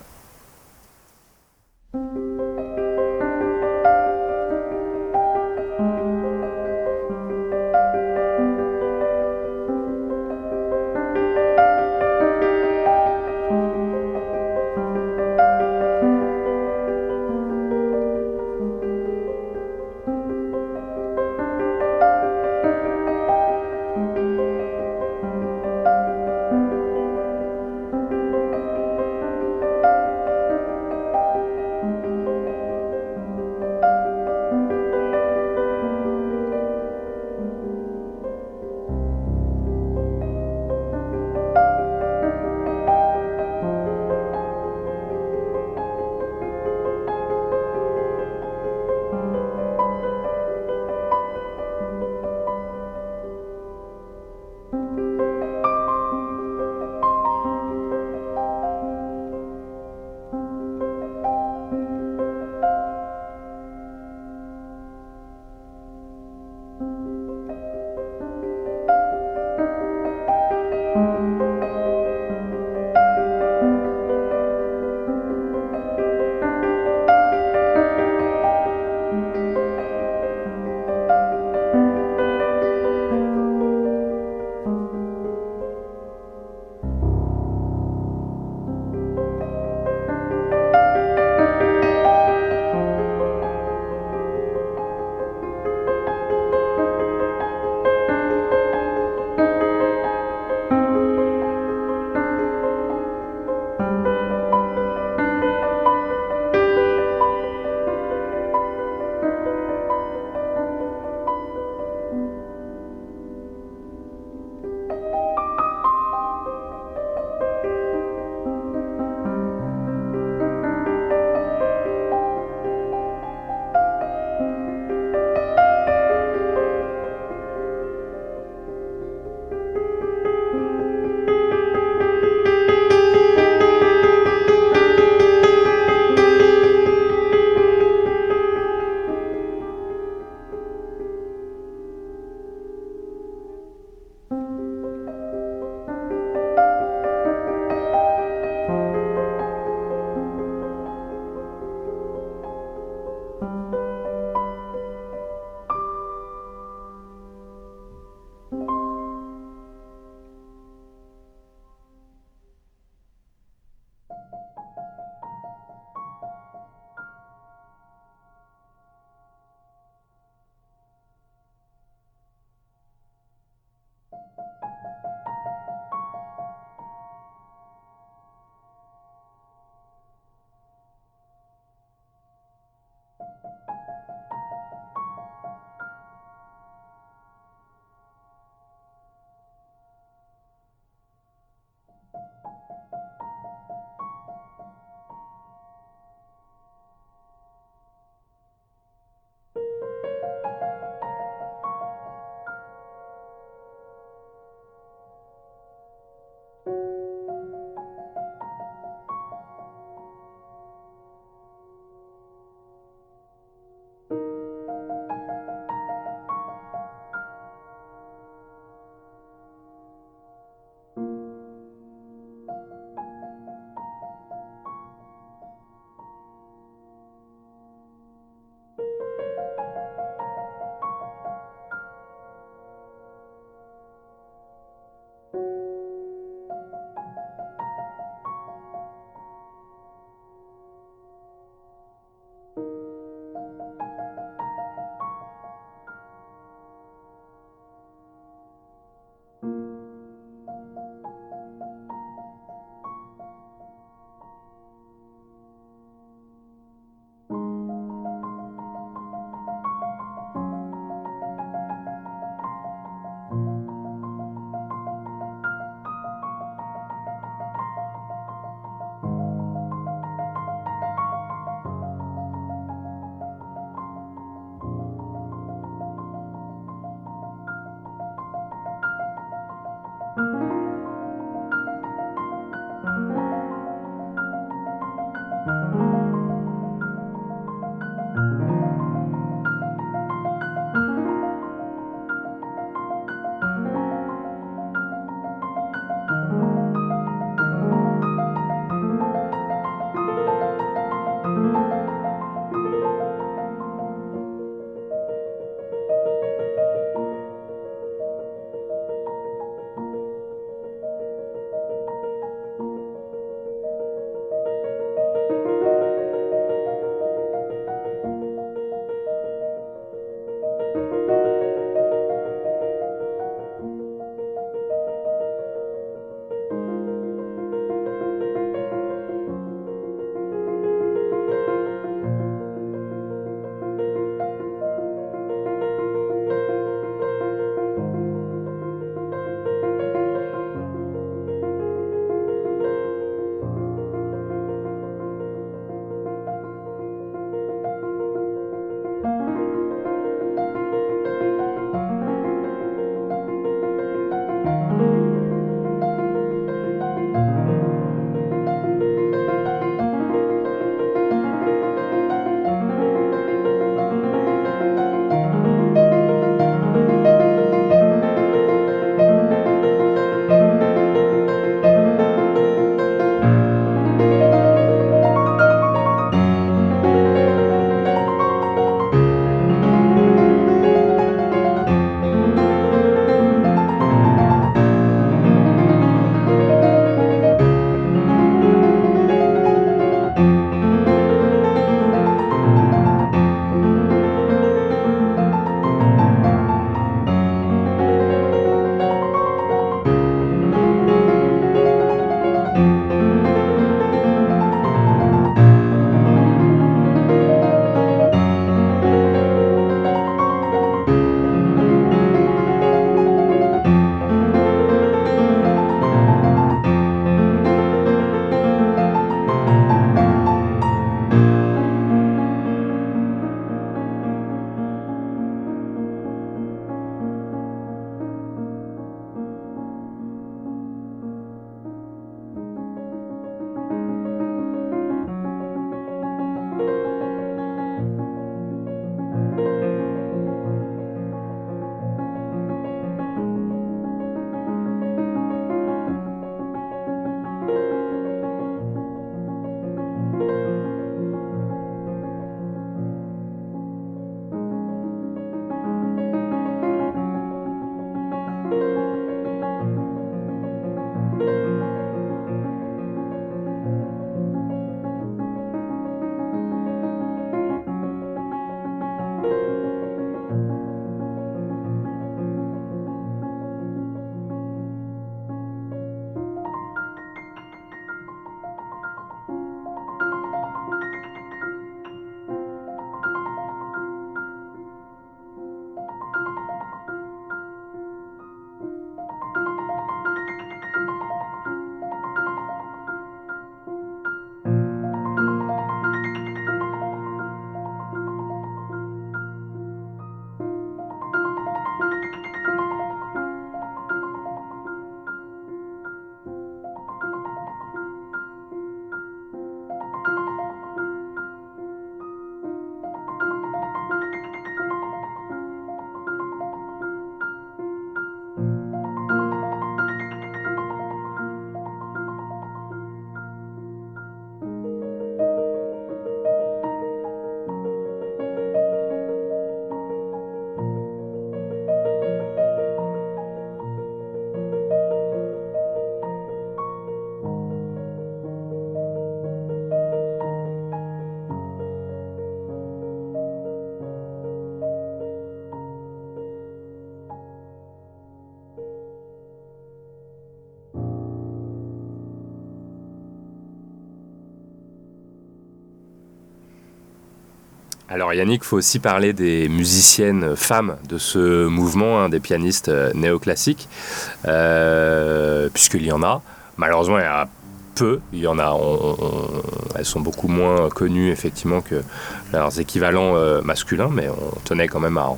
Alors Yannick, il faut aussi parler des musiciennes femmes de ce mouvement, des pianistes néoclassiques, puisqu'il y en a. Malheureusement, il y en a peu. Il y en a, elles sont beaucoup moins connues effectivement que leurs équivalents masculins, mais on tenait quand même à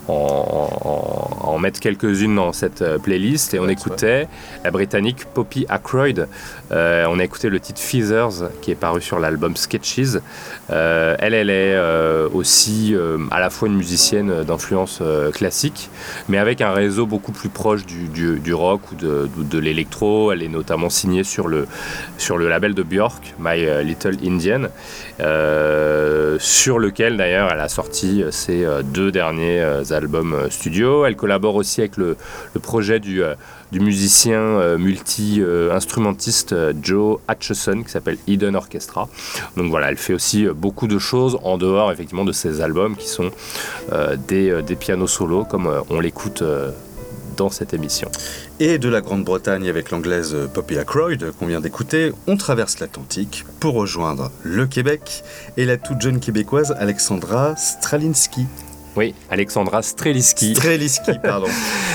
en mettre quelques-unes dans cette playlist. Et on écoutait la Britannique Poppy Ackroyd. On a écouté le titre Feathers qui est paru sur l'album Sketches. Elle est aussi à la fois une musicienne d'influence classique, mais avec un réseau beaucoup plus proche du rock ou de l'électro. Elle est notamment signée sur le label de Björk, My Little Indian, sur lequel d'ailleurs elle a sorti ses 2 derniers albums studio. Elle collabore aussi avec le projet du musicien multi-instrumentiste Joe Hutcherson qui s'appelle Eden Orchestra. Donc voilà, elle fait aussi beaucoup de choses en dehors effectivement de ses albums qui sont des pianos solos comme on l'écoute dans cette émission. Et de la Grande-Bretagne avec l'anglaise Poppy Ackroyd qu'on vient d'écouter, on traverse l'Atlantique pour rejoindre le Québec et la toute jeune québécoise Alexandra Stralinski. Oui, Alexandra Streliski. Streliski, pardon.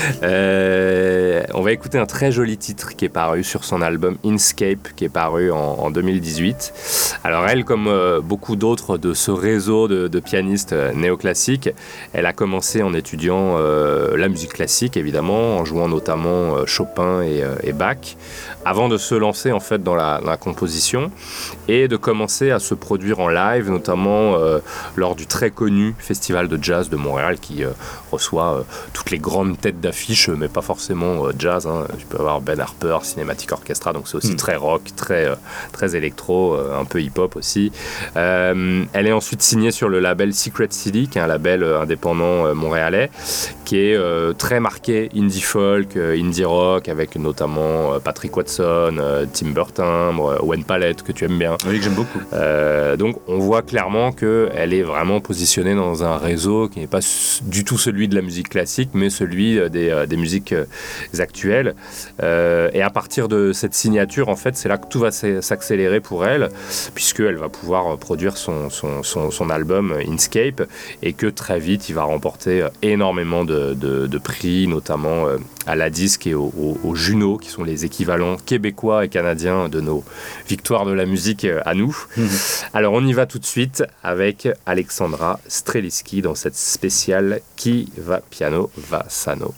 On va écouter un très joli titre qui est paru sur son album Inscape, qui est paru en 2018. Alors elle, comme beaucoup d'autres de ce réseau de pianistes néoclassiques, elle a commencé en étudiant la musique classique, évidemment, en jouant notamment Chopin et Bach, avant de se lancer en fait dans la composition et de commencer à se produire en live, notamment lors du très connu Festival de Jazz de Montréal qui reçoit toutes les grandes têtes d'affiche, mais pas forcément jazz. Tu peux avoir Ben Harper, Cinematic Orchestra, donc c'est aussi très rock, très électro, un peu hip-hop aussi. Elle est ensuite signée sur le label Secret City, qui est un label indépendant montréalais, qui est très marqué indie folk, indie rock, avec notamment Patrick Watson, Tim Burton, Owen Palette, que tu aimes bien. Oui, que j'aime beaucoup. Donc on voit clairement qu'elle est vraiment positionnée dans un réseau qui n'est pas du tout celui de la musique classique, mais celui des musiques actuelles. Et à partir de cette signature, en fait, c'est là que tout va s'accélérer pour elle, puisqu'elle va pouvoir produire son album Inscape, et que très vite, il va remporter énormément de prix, notamment à la disque et au Juno, qui sont les équivalents québécois et canadiens de nos victoires de la musique à nous. Alors on y va tout de suite avec Alexandra Streliski dans cette spéciale Qui va piano va sano.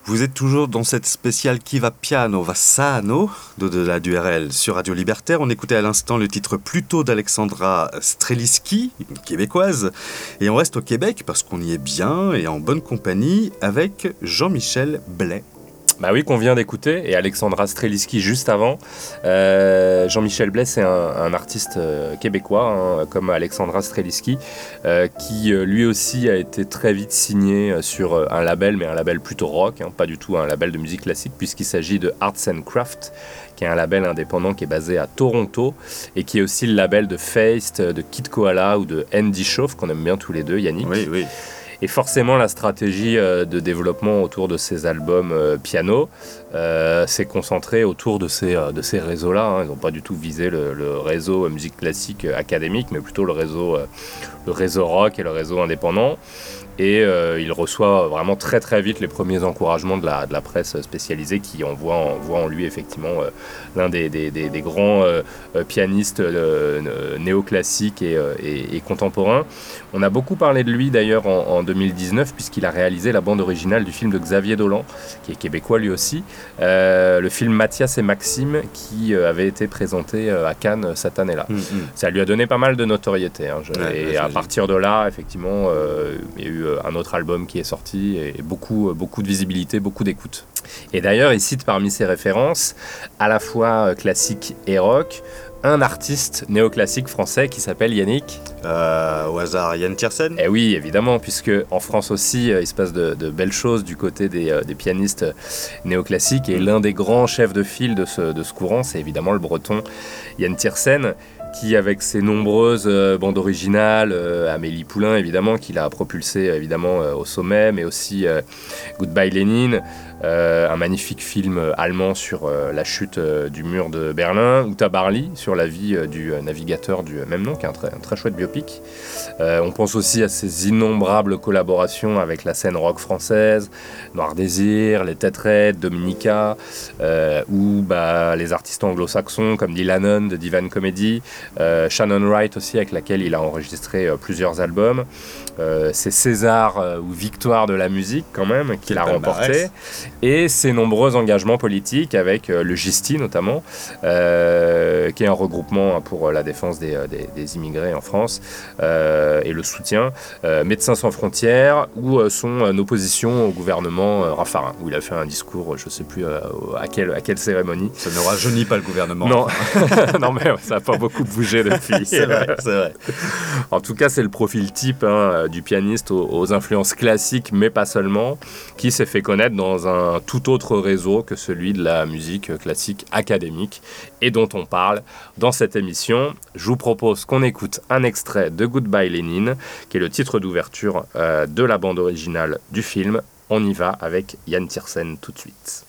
Vous êtes toujours dans cette spéciale Qui va piano va sano d'au-delà du RL sur Radio Libertaire. On écoutait à l'instant le titre Pluto d'Alexandra Streliski, une québécoise. Et on reste au Québec parce qu'on y est bien et en bonne compagnie avec Jean-Michel Blais. Bah oui, qu'on vient d'écouter, et Alexandra Streliski juste avant. Jean-Michel Blais, c'est un artiste québécois, comme Alexandra Streliski, qui lui aussi a été très vite signé sur un label, mais un label plutôt rock, pas du tout un label de musique classique, puisqu'il s'agit de Arts and Craft, qui est un label indépendant qui est basé à Toronto, et qui est aussi le label de Feist, de Kid Koala ou de Andy Chauve, qu'on aime bien tous les deux, Yannick. Oui, oui. Et forcément, la stratégie de développement autour de ces albums piano s'est concentrée autour de ces réseaux-là. Ils n'ont pas du tout visé le réseau musique classique académique, mais plutôt le réseau rock et le réseau indépendant. Et il reçoit vraiment très très vite les premiers encouragements de la presse spécialisée qui voit en lui effectivement l'un des grands pianistes néoclassiques et contemporains. On a beaucoup parlé de lui d'ailleurs en 2019 puisqu'il a réalisé la bande originale du film de Xavier Dolan, qui est québécois lui aussi, le film Mathias et Maxime qui avait été présenté à Cannes cette année-là. Ça lui a donné pas mal de notoriété. Et à partir de là, effectivement, il y a eu un autre album qui est sorti et beaucoup de visibilité, beaucoup d'écoute. Et d'ailleurs, il cite parmi ses références, à la fois classique et rock, un artiste néoclassique français qui s'appelle Yannick. Au hasard, Yann Tiersen. Eh oui, évidemment, puisque en France aussi, il se passe de belles choses du côté des pianistes néoclassiques. Et l'un des grands chefs de file de ce courant, c'est évidemment le breton Yann Tiersen, qui, avec ses nombreuses bandes originales, Amélie Poulain évidemment, qui l'a propulsé évidemment au sommet, mais aussi Goodbye Lénine, un magnifique film allemand sur la chute du mur de Berlin, ou Tabarly sur la vie du navigateur du même nom, qui est un très chouette biopic. On pense aussi à ses innombrables collaborations avec la scène rock française, Noir Désir, les Têtes Raides, Dominica, ou les artistes anglo-saxons comme Neil Hannon de Divan Comedy, Shannon Wright aussi, avec laquelle il a enregistré plusieurs albums. C'est César ou Victoire de la musique quand même qu'il a remporté, et ses nombreux engagements politiques avec le GISTI notamment, qui est un regroupement pour la défense des immigrés en France, et le soutien, Médecins sans frontières, ou son opposition au gouvernement Raffarin, où il a fait un discours, je ne sais plus à quelle cérémonie. Ça ne rajeunit pas le gouvernement. Non, non mais ça n'a pas beaucoup bougé depuis. C'est vrai. En tout cas, c'est le profil type du pianiste aux influences classiques, mais pas seulement, qui s'est fait connaître dans un tout autre réseau que celui de la musique classique académique, et dont on parle dans cette émission. Je vous propose qu'on écoute un extrait de Goodbye Lénine, qui est le titre d'ouverture de la bande originale du film. On y va avec Yann Tiersen tout de suite.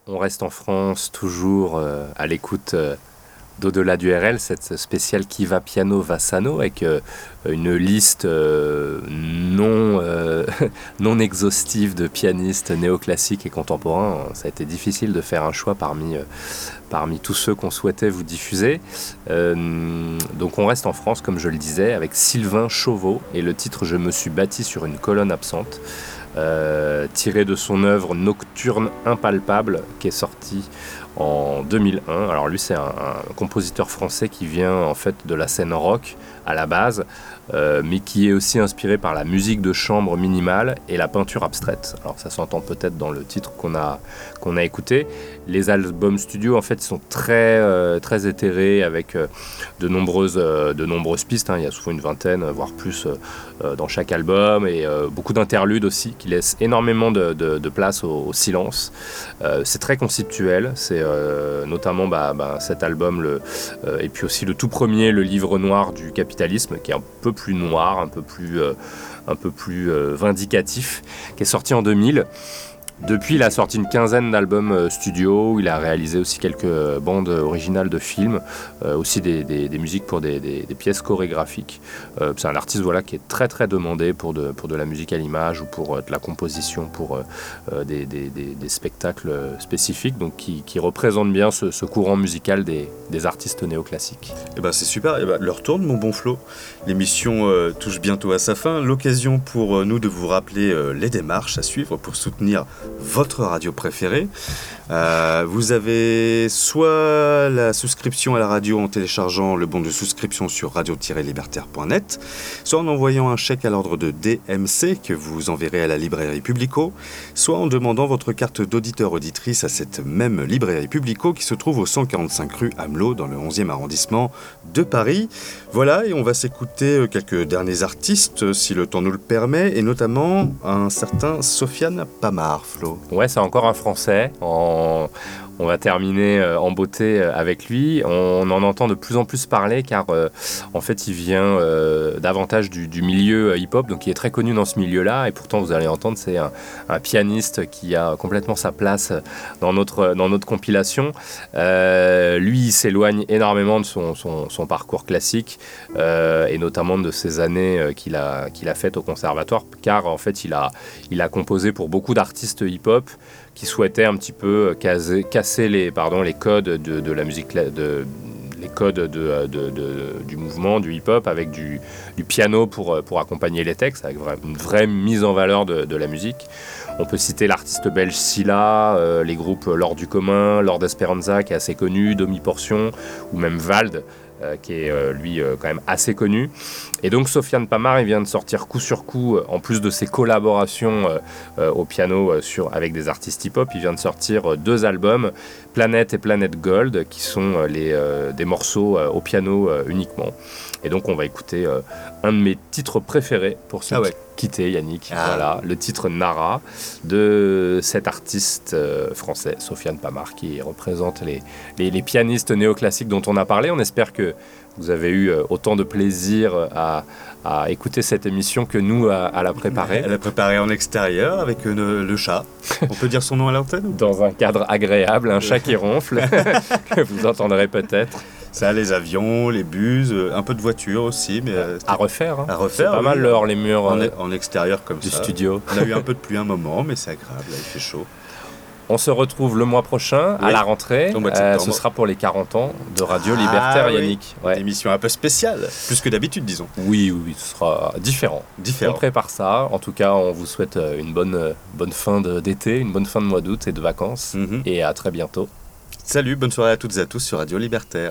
On reste en France, toujours à l'écoute d'Au-delà du RL, cette spéciale Qui va piano va sano, avec une liste non exhaustive de pianistes néoclassiques et contemporains. Ça a été difficile de faire un choix parmi tous ceux qu'on souhaitait vous diffuser. Donc on reste en France, comme je le disais, avec Sylvain Chauveau et le titre « Je me suis bâti sur une colonne absente ». Tiré de son œuvre Nocturne impalpable qui est sortie en 2001. Alors lui c'est un compositeur français qui vient en fait de la scène rock à la base, mais qui est aussi inspiré par la musique de chambre minimale et la peinture abstraite. Alors ça s'entend peut-être dans le titre qu'on a écouté. Les albums studio en fait sont très éthérés avec de nombreuses pistes, hein. Il y a souvent une vingtaine voire plus dans chaque album, et beaucoup d'interludes aussi qui laissent énormément de place au silence. C'est très conceptuel, c'est notamment cet album et puis aussi le tout premier, le livre noir du capitalisme, qui est un peu plus noir, un peu plus vindicatif, qui est sorti en 2000. Depuis, il a sorti une quinzaine d'albums studio, où il a réalisé aussi quelques bandes originales de films, aussi des musiques pour des pièces chorégraphiques. C'est un artiste qui est très très demandé pour de la musique à l'image ou pour de la composition pour des spectacles spécifiques, donc qui représente bien ce courant musical des artistes néoclassiques. Et c'est super, l'heure tourne mon bon Flo. L'émission touche bientôt à sa fin. L'occasion pour nous de vous rappeler les démarches à suivre pour soutenir votre radio préférée. Vous avez soit la souscription à la radio en téléchargeant le bon de souscription sur radio-libertaire.net, soit en envoyant un chèque à l'ordre de DMC que vous enverrez à la librairie Publico, soit en demandant votre carte d'auditeur-auditrice à cette même librairie Publico qui se trouve au 145 rue Amelot dans le 11e arrondissement de Paris. Voilà, et on va s'écouter quelques derniers artistes si le temps nous le permet, et notamment un certain Sofiane Pamar, Flo. Ouais, c'est encore un Français. On va terminer en beauté avec lui. On en entend de plus en plus parler car en fait il vient davantage du milieu hip-hop, donc il est très connu dans ce milieu-là, et pourtant vous allez entendre c'est un pianiste qui a complètement sa place dans notre compilation. Lui il s'éloigne énormément de son parcours classique et notamment de ces années qu'il a faites au conservatoire, car en fait il a composé pour beaucoup d'artistes hip-hop qui souhaitaient un petit peu casser les codes de la musique, les codes du mouvement, du hip-hop, avec du piano pour accompagner les textes, avec une vraie mise en valeur de la musique. On peut citer l'artiste belge Silla, les groupes L'Or du commun, Lord Esperanza qui est assez connu, Domi Portion, ou même Vald, qui est lui quand même assez connu. Et donc Sofiane Pamar, il vient de sortir coup sur coup, en plus de ses collaborations au piano avec des artistes hip-hop, il vient de sortir 2 albums, Planète et Planète Gold, qui sont des morceaux au piano uniquement. Et donc on va écouter un de mes titres préférés pour se quitter, Yannick. Voilà, le titre Nara de cet artiste français, Sofiane Pamar, qui représente les pianistes néoclassiques dont on a parlé. On espère que vous avez eu autant de plaisir à écouter cette émission que nous à la préparer. Elle a préparé en extérieur avec le chat. On peut dire son nom à l'antenne? Dans un cadre agréable, un chat qui ronfle, que vous entendrez peut-être. Ça, les avions, les bus, un peu de voiture aussi. Mais à refaire. Hein. À refaire. C'est pas mal les murs en extérieur comme du ça. studio. On a eu un peu de pluie un moment, mais c'est agréable, là, il fait chaud. On se retrouve le mois prochain, à la rentrée. Ce sera pour les 40 ans de Radio Libertaire, Yannick. Ouais. Une émission un peu spéciale, plus que d'habitude, disons. Oui, ce sera différent. On prépare ça. En tout cas, on vous souhaite une bonne fin d'été, une bonne fin de mois d'août et de vacances. Et à très bientôt. Salut, bonne soirée à toutes et à tous sur Radio Libertaire.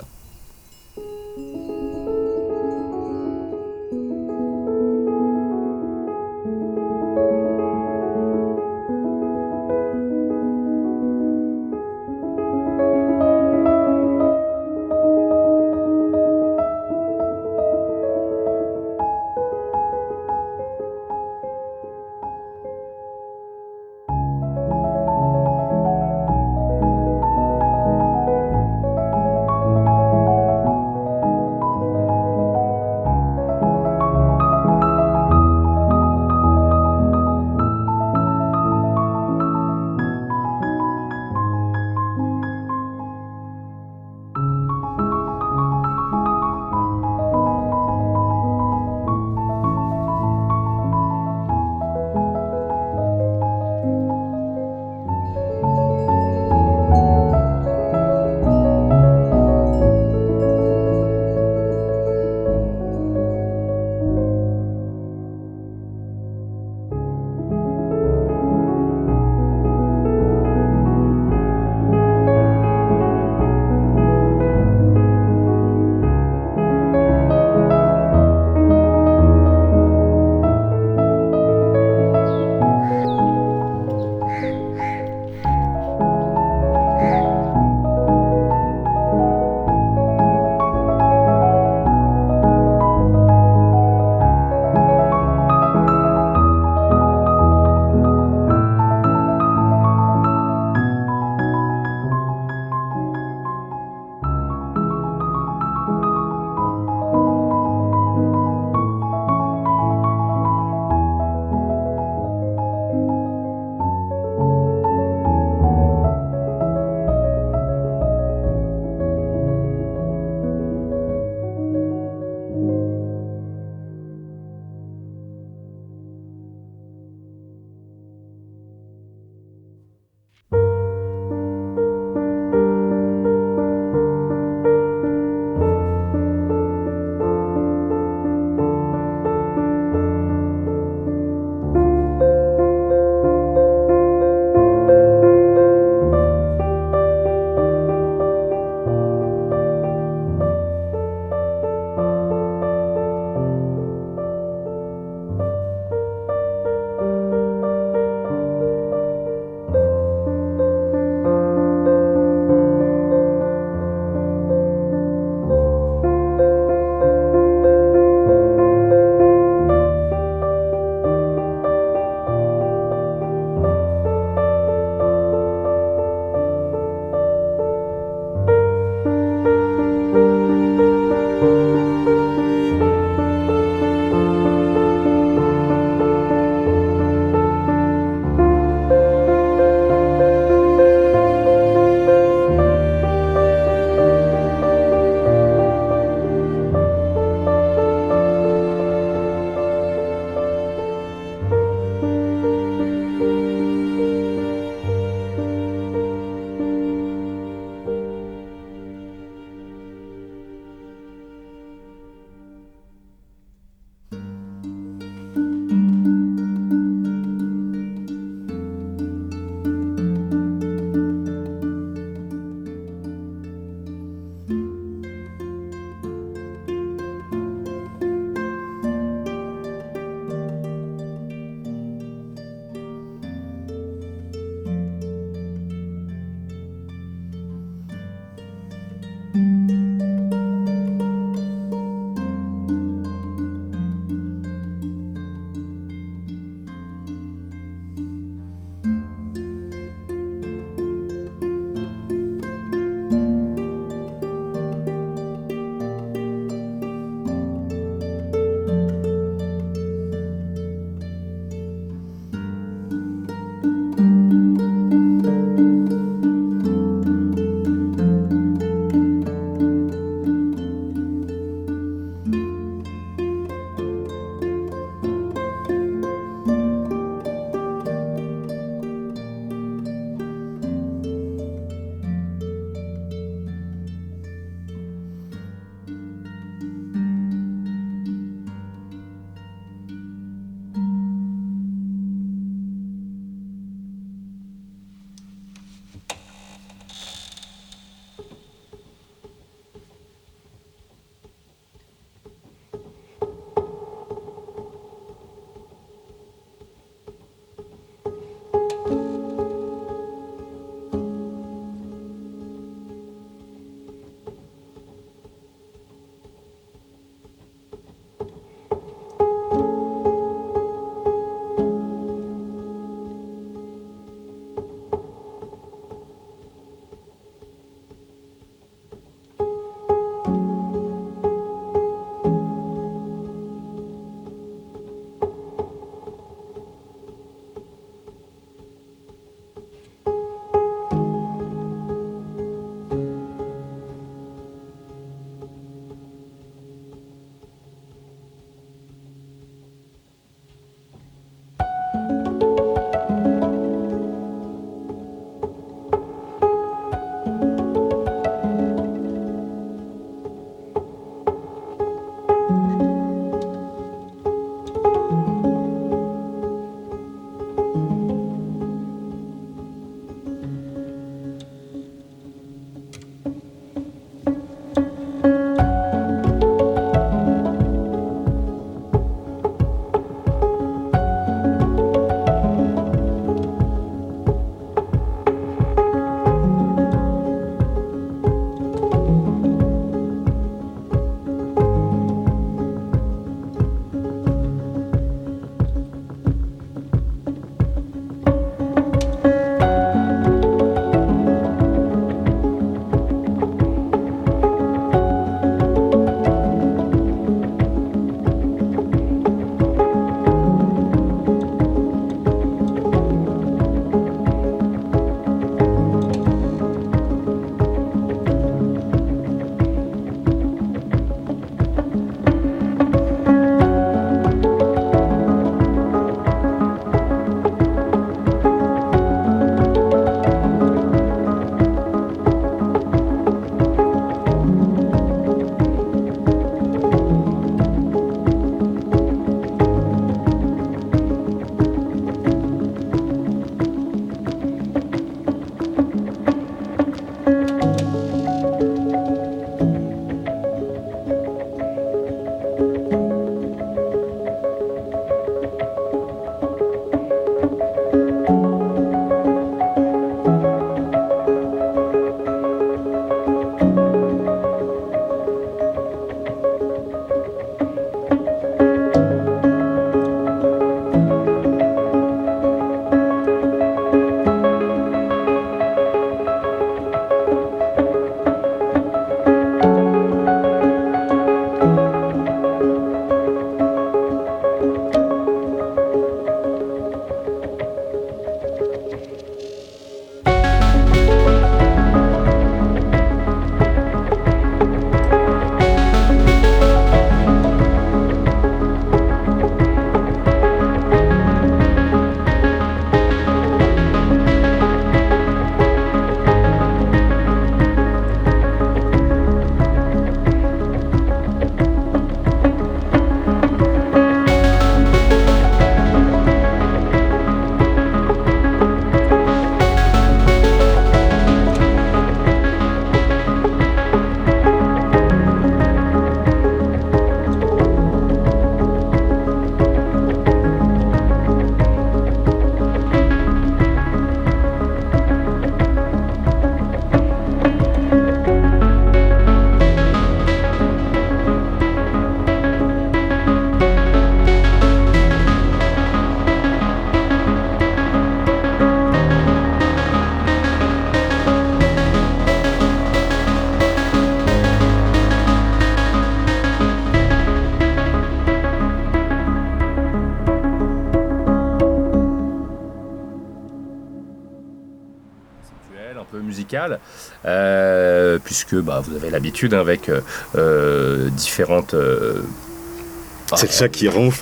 peu musicale, puisque vous avez l'habitude avec différentes... C'est le chat qui ronfle.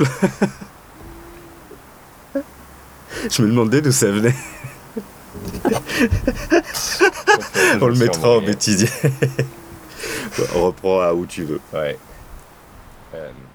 Je me demandais d'où ça venait. On le mettra en bêtisier. On reprend à où tu veux. Ouais.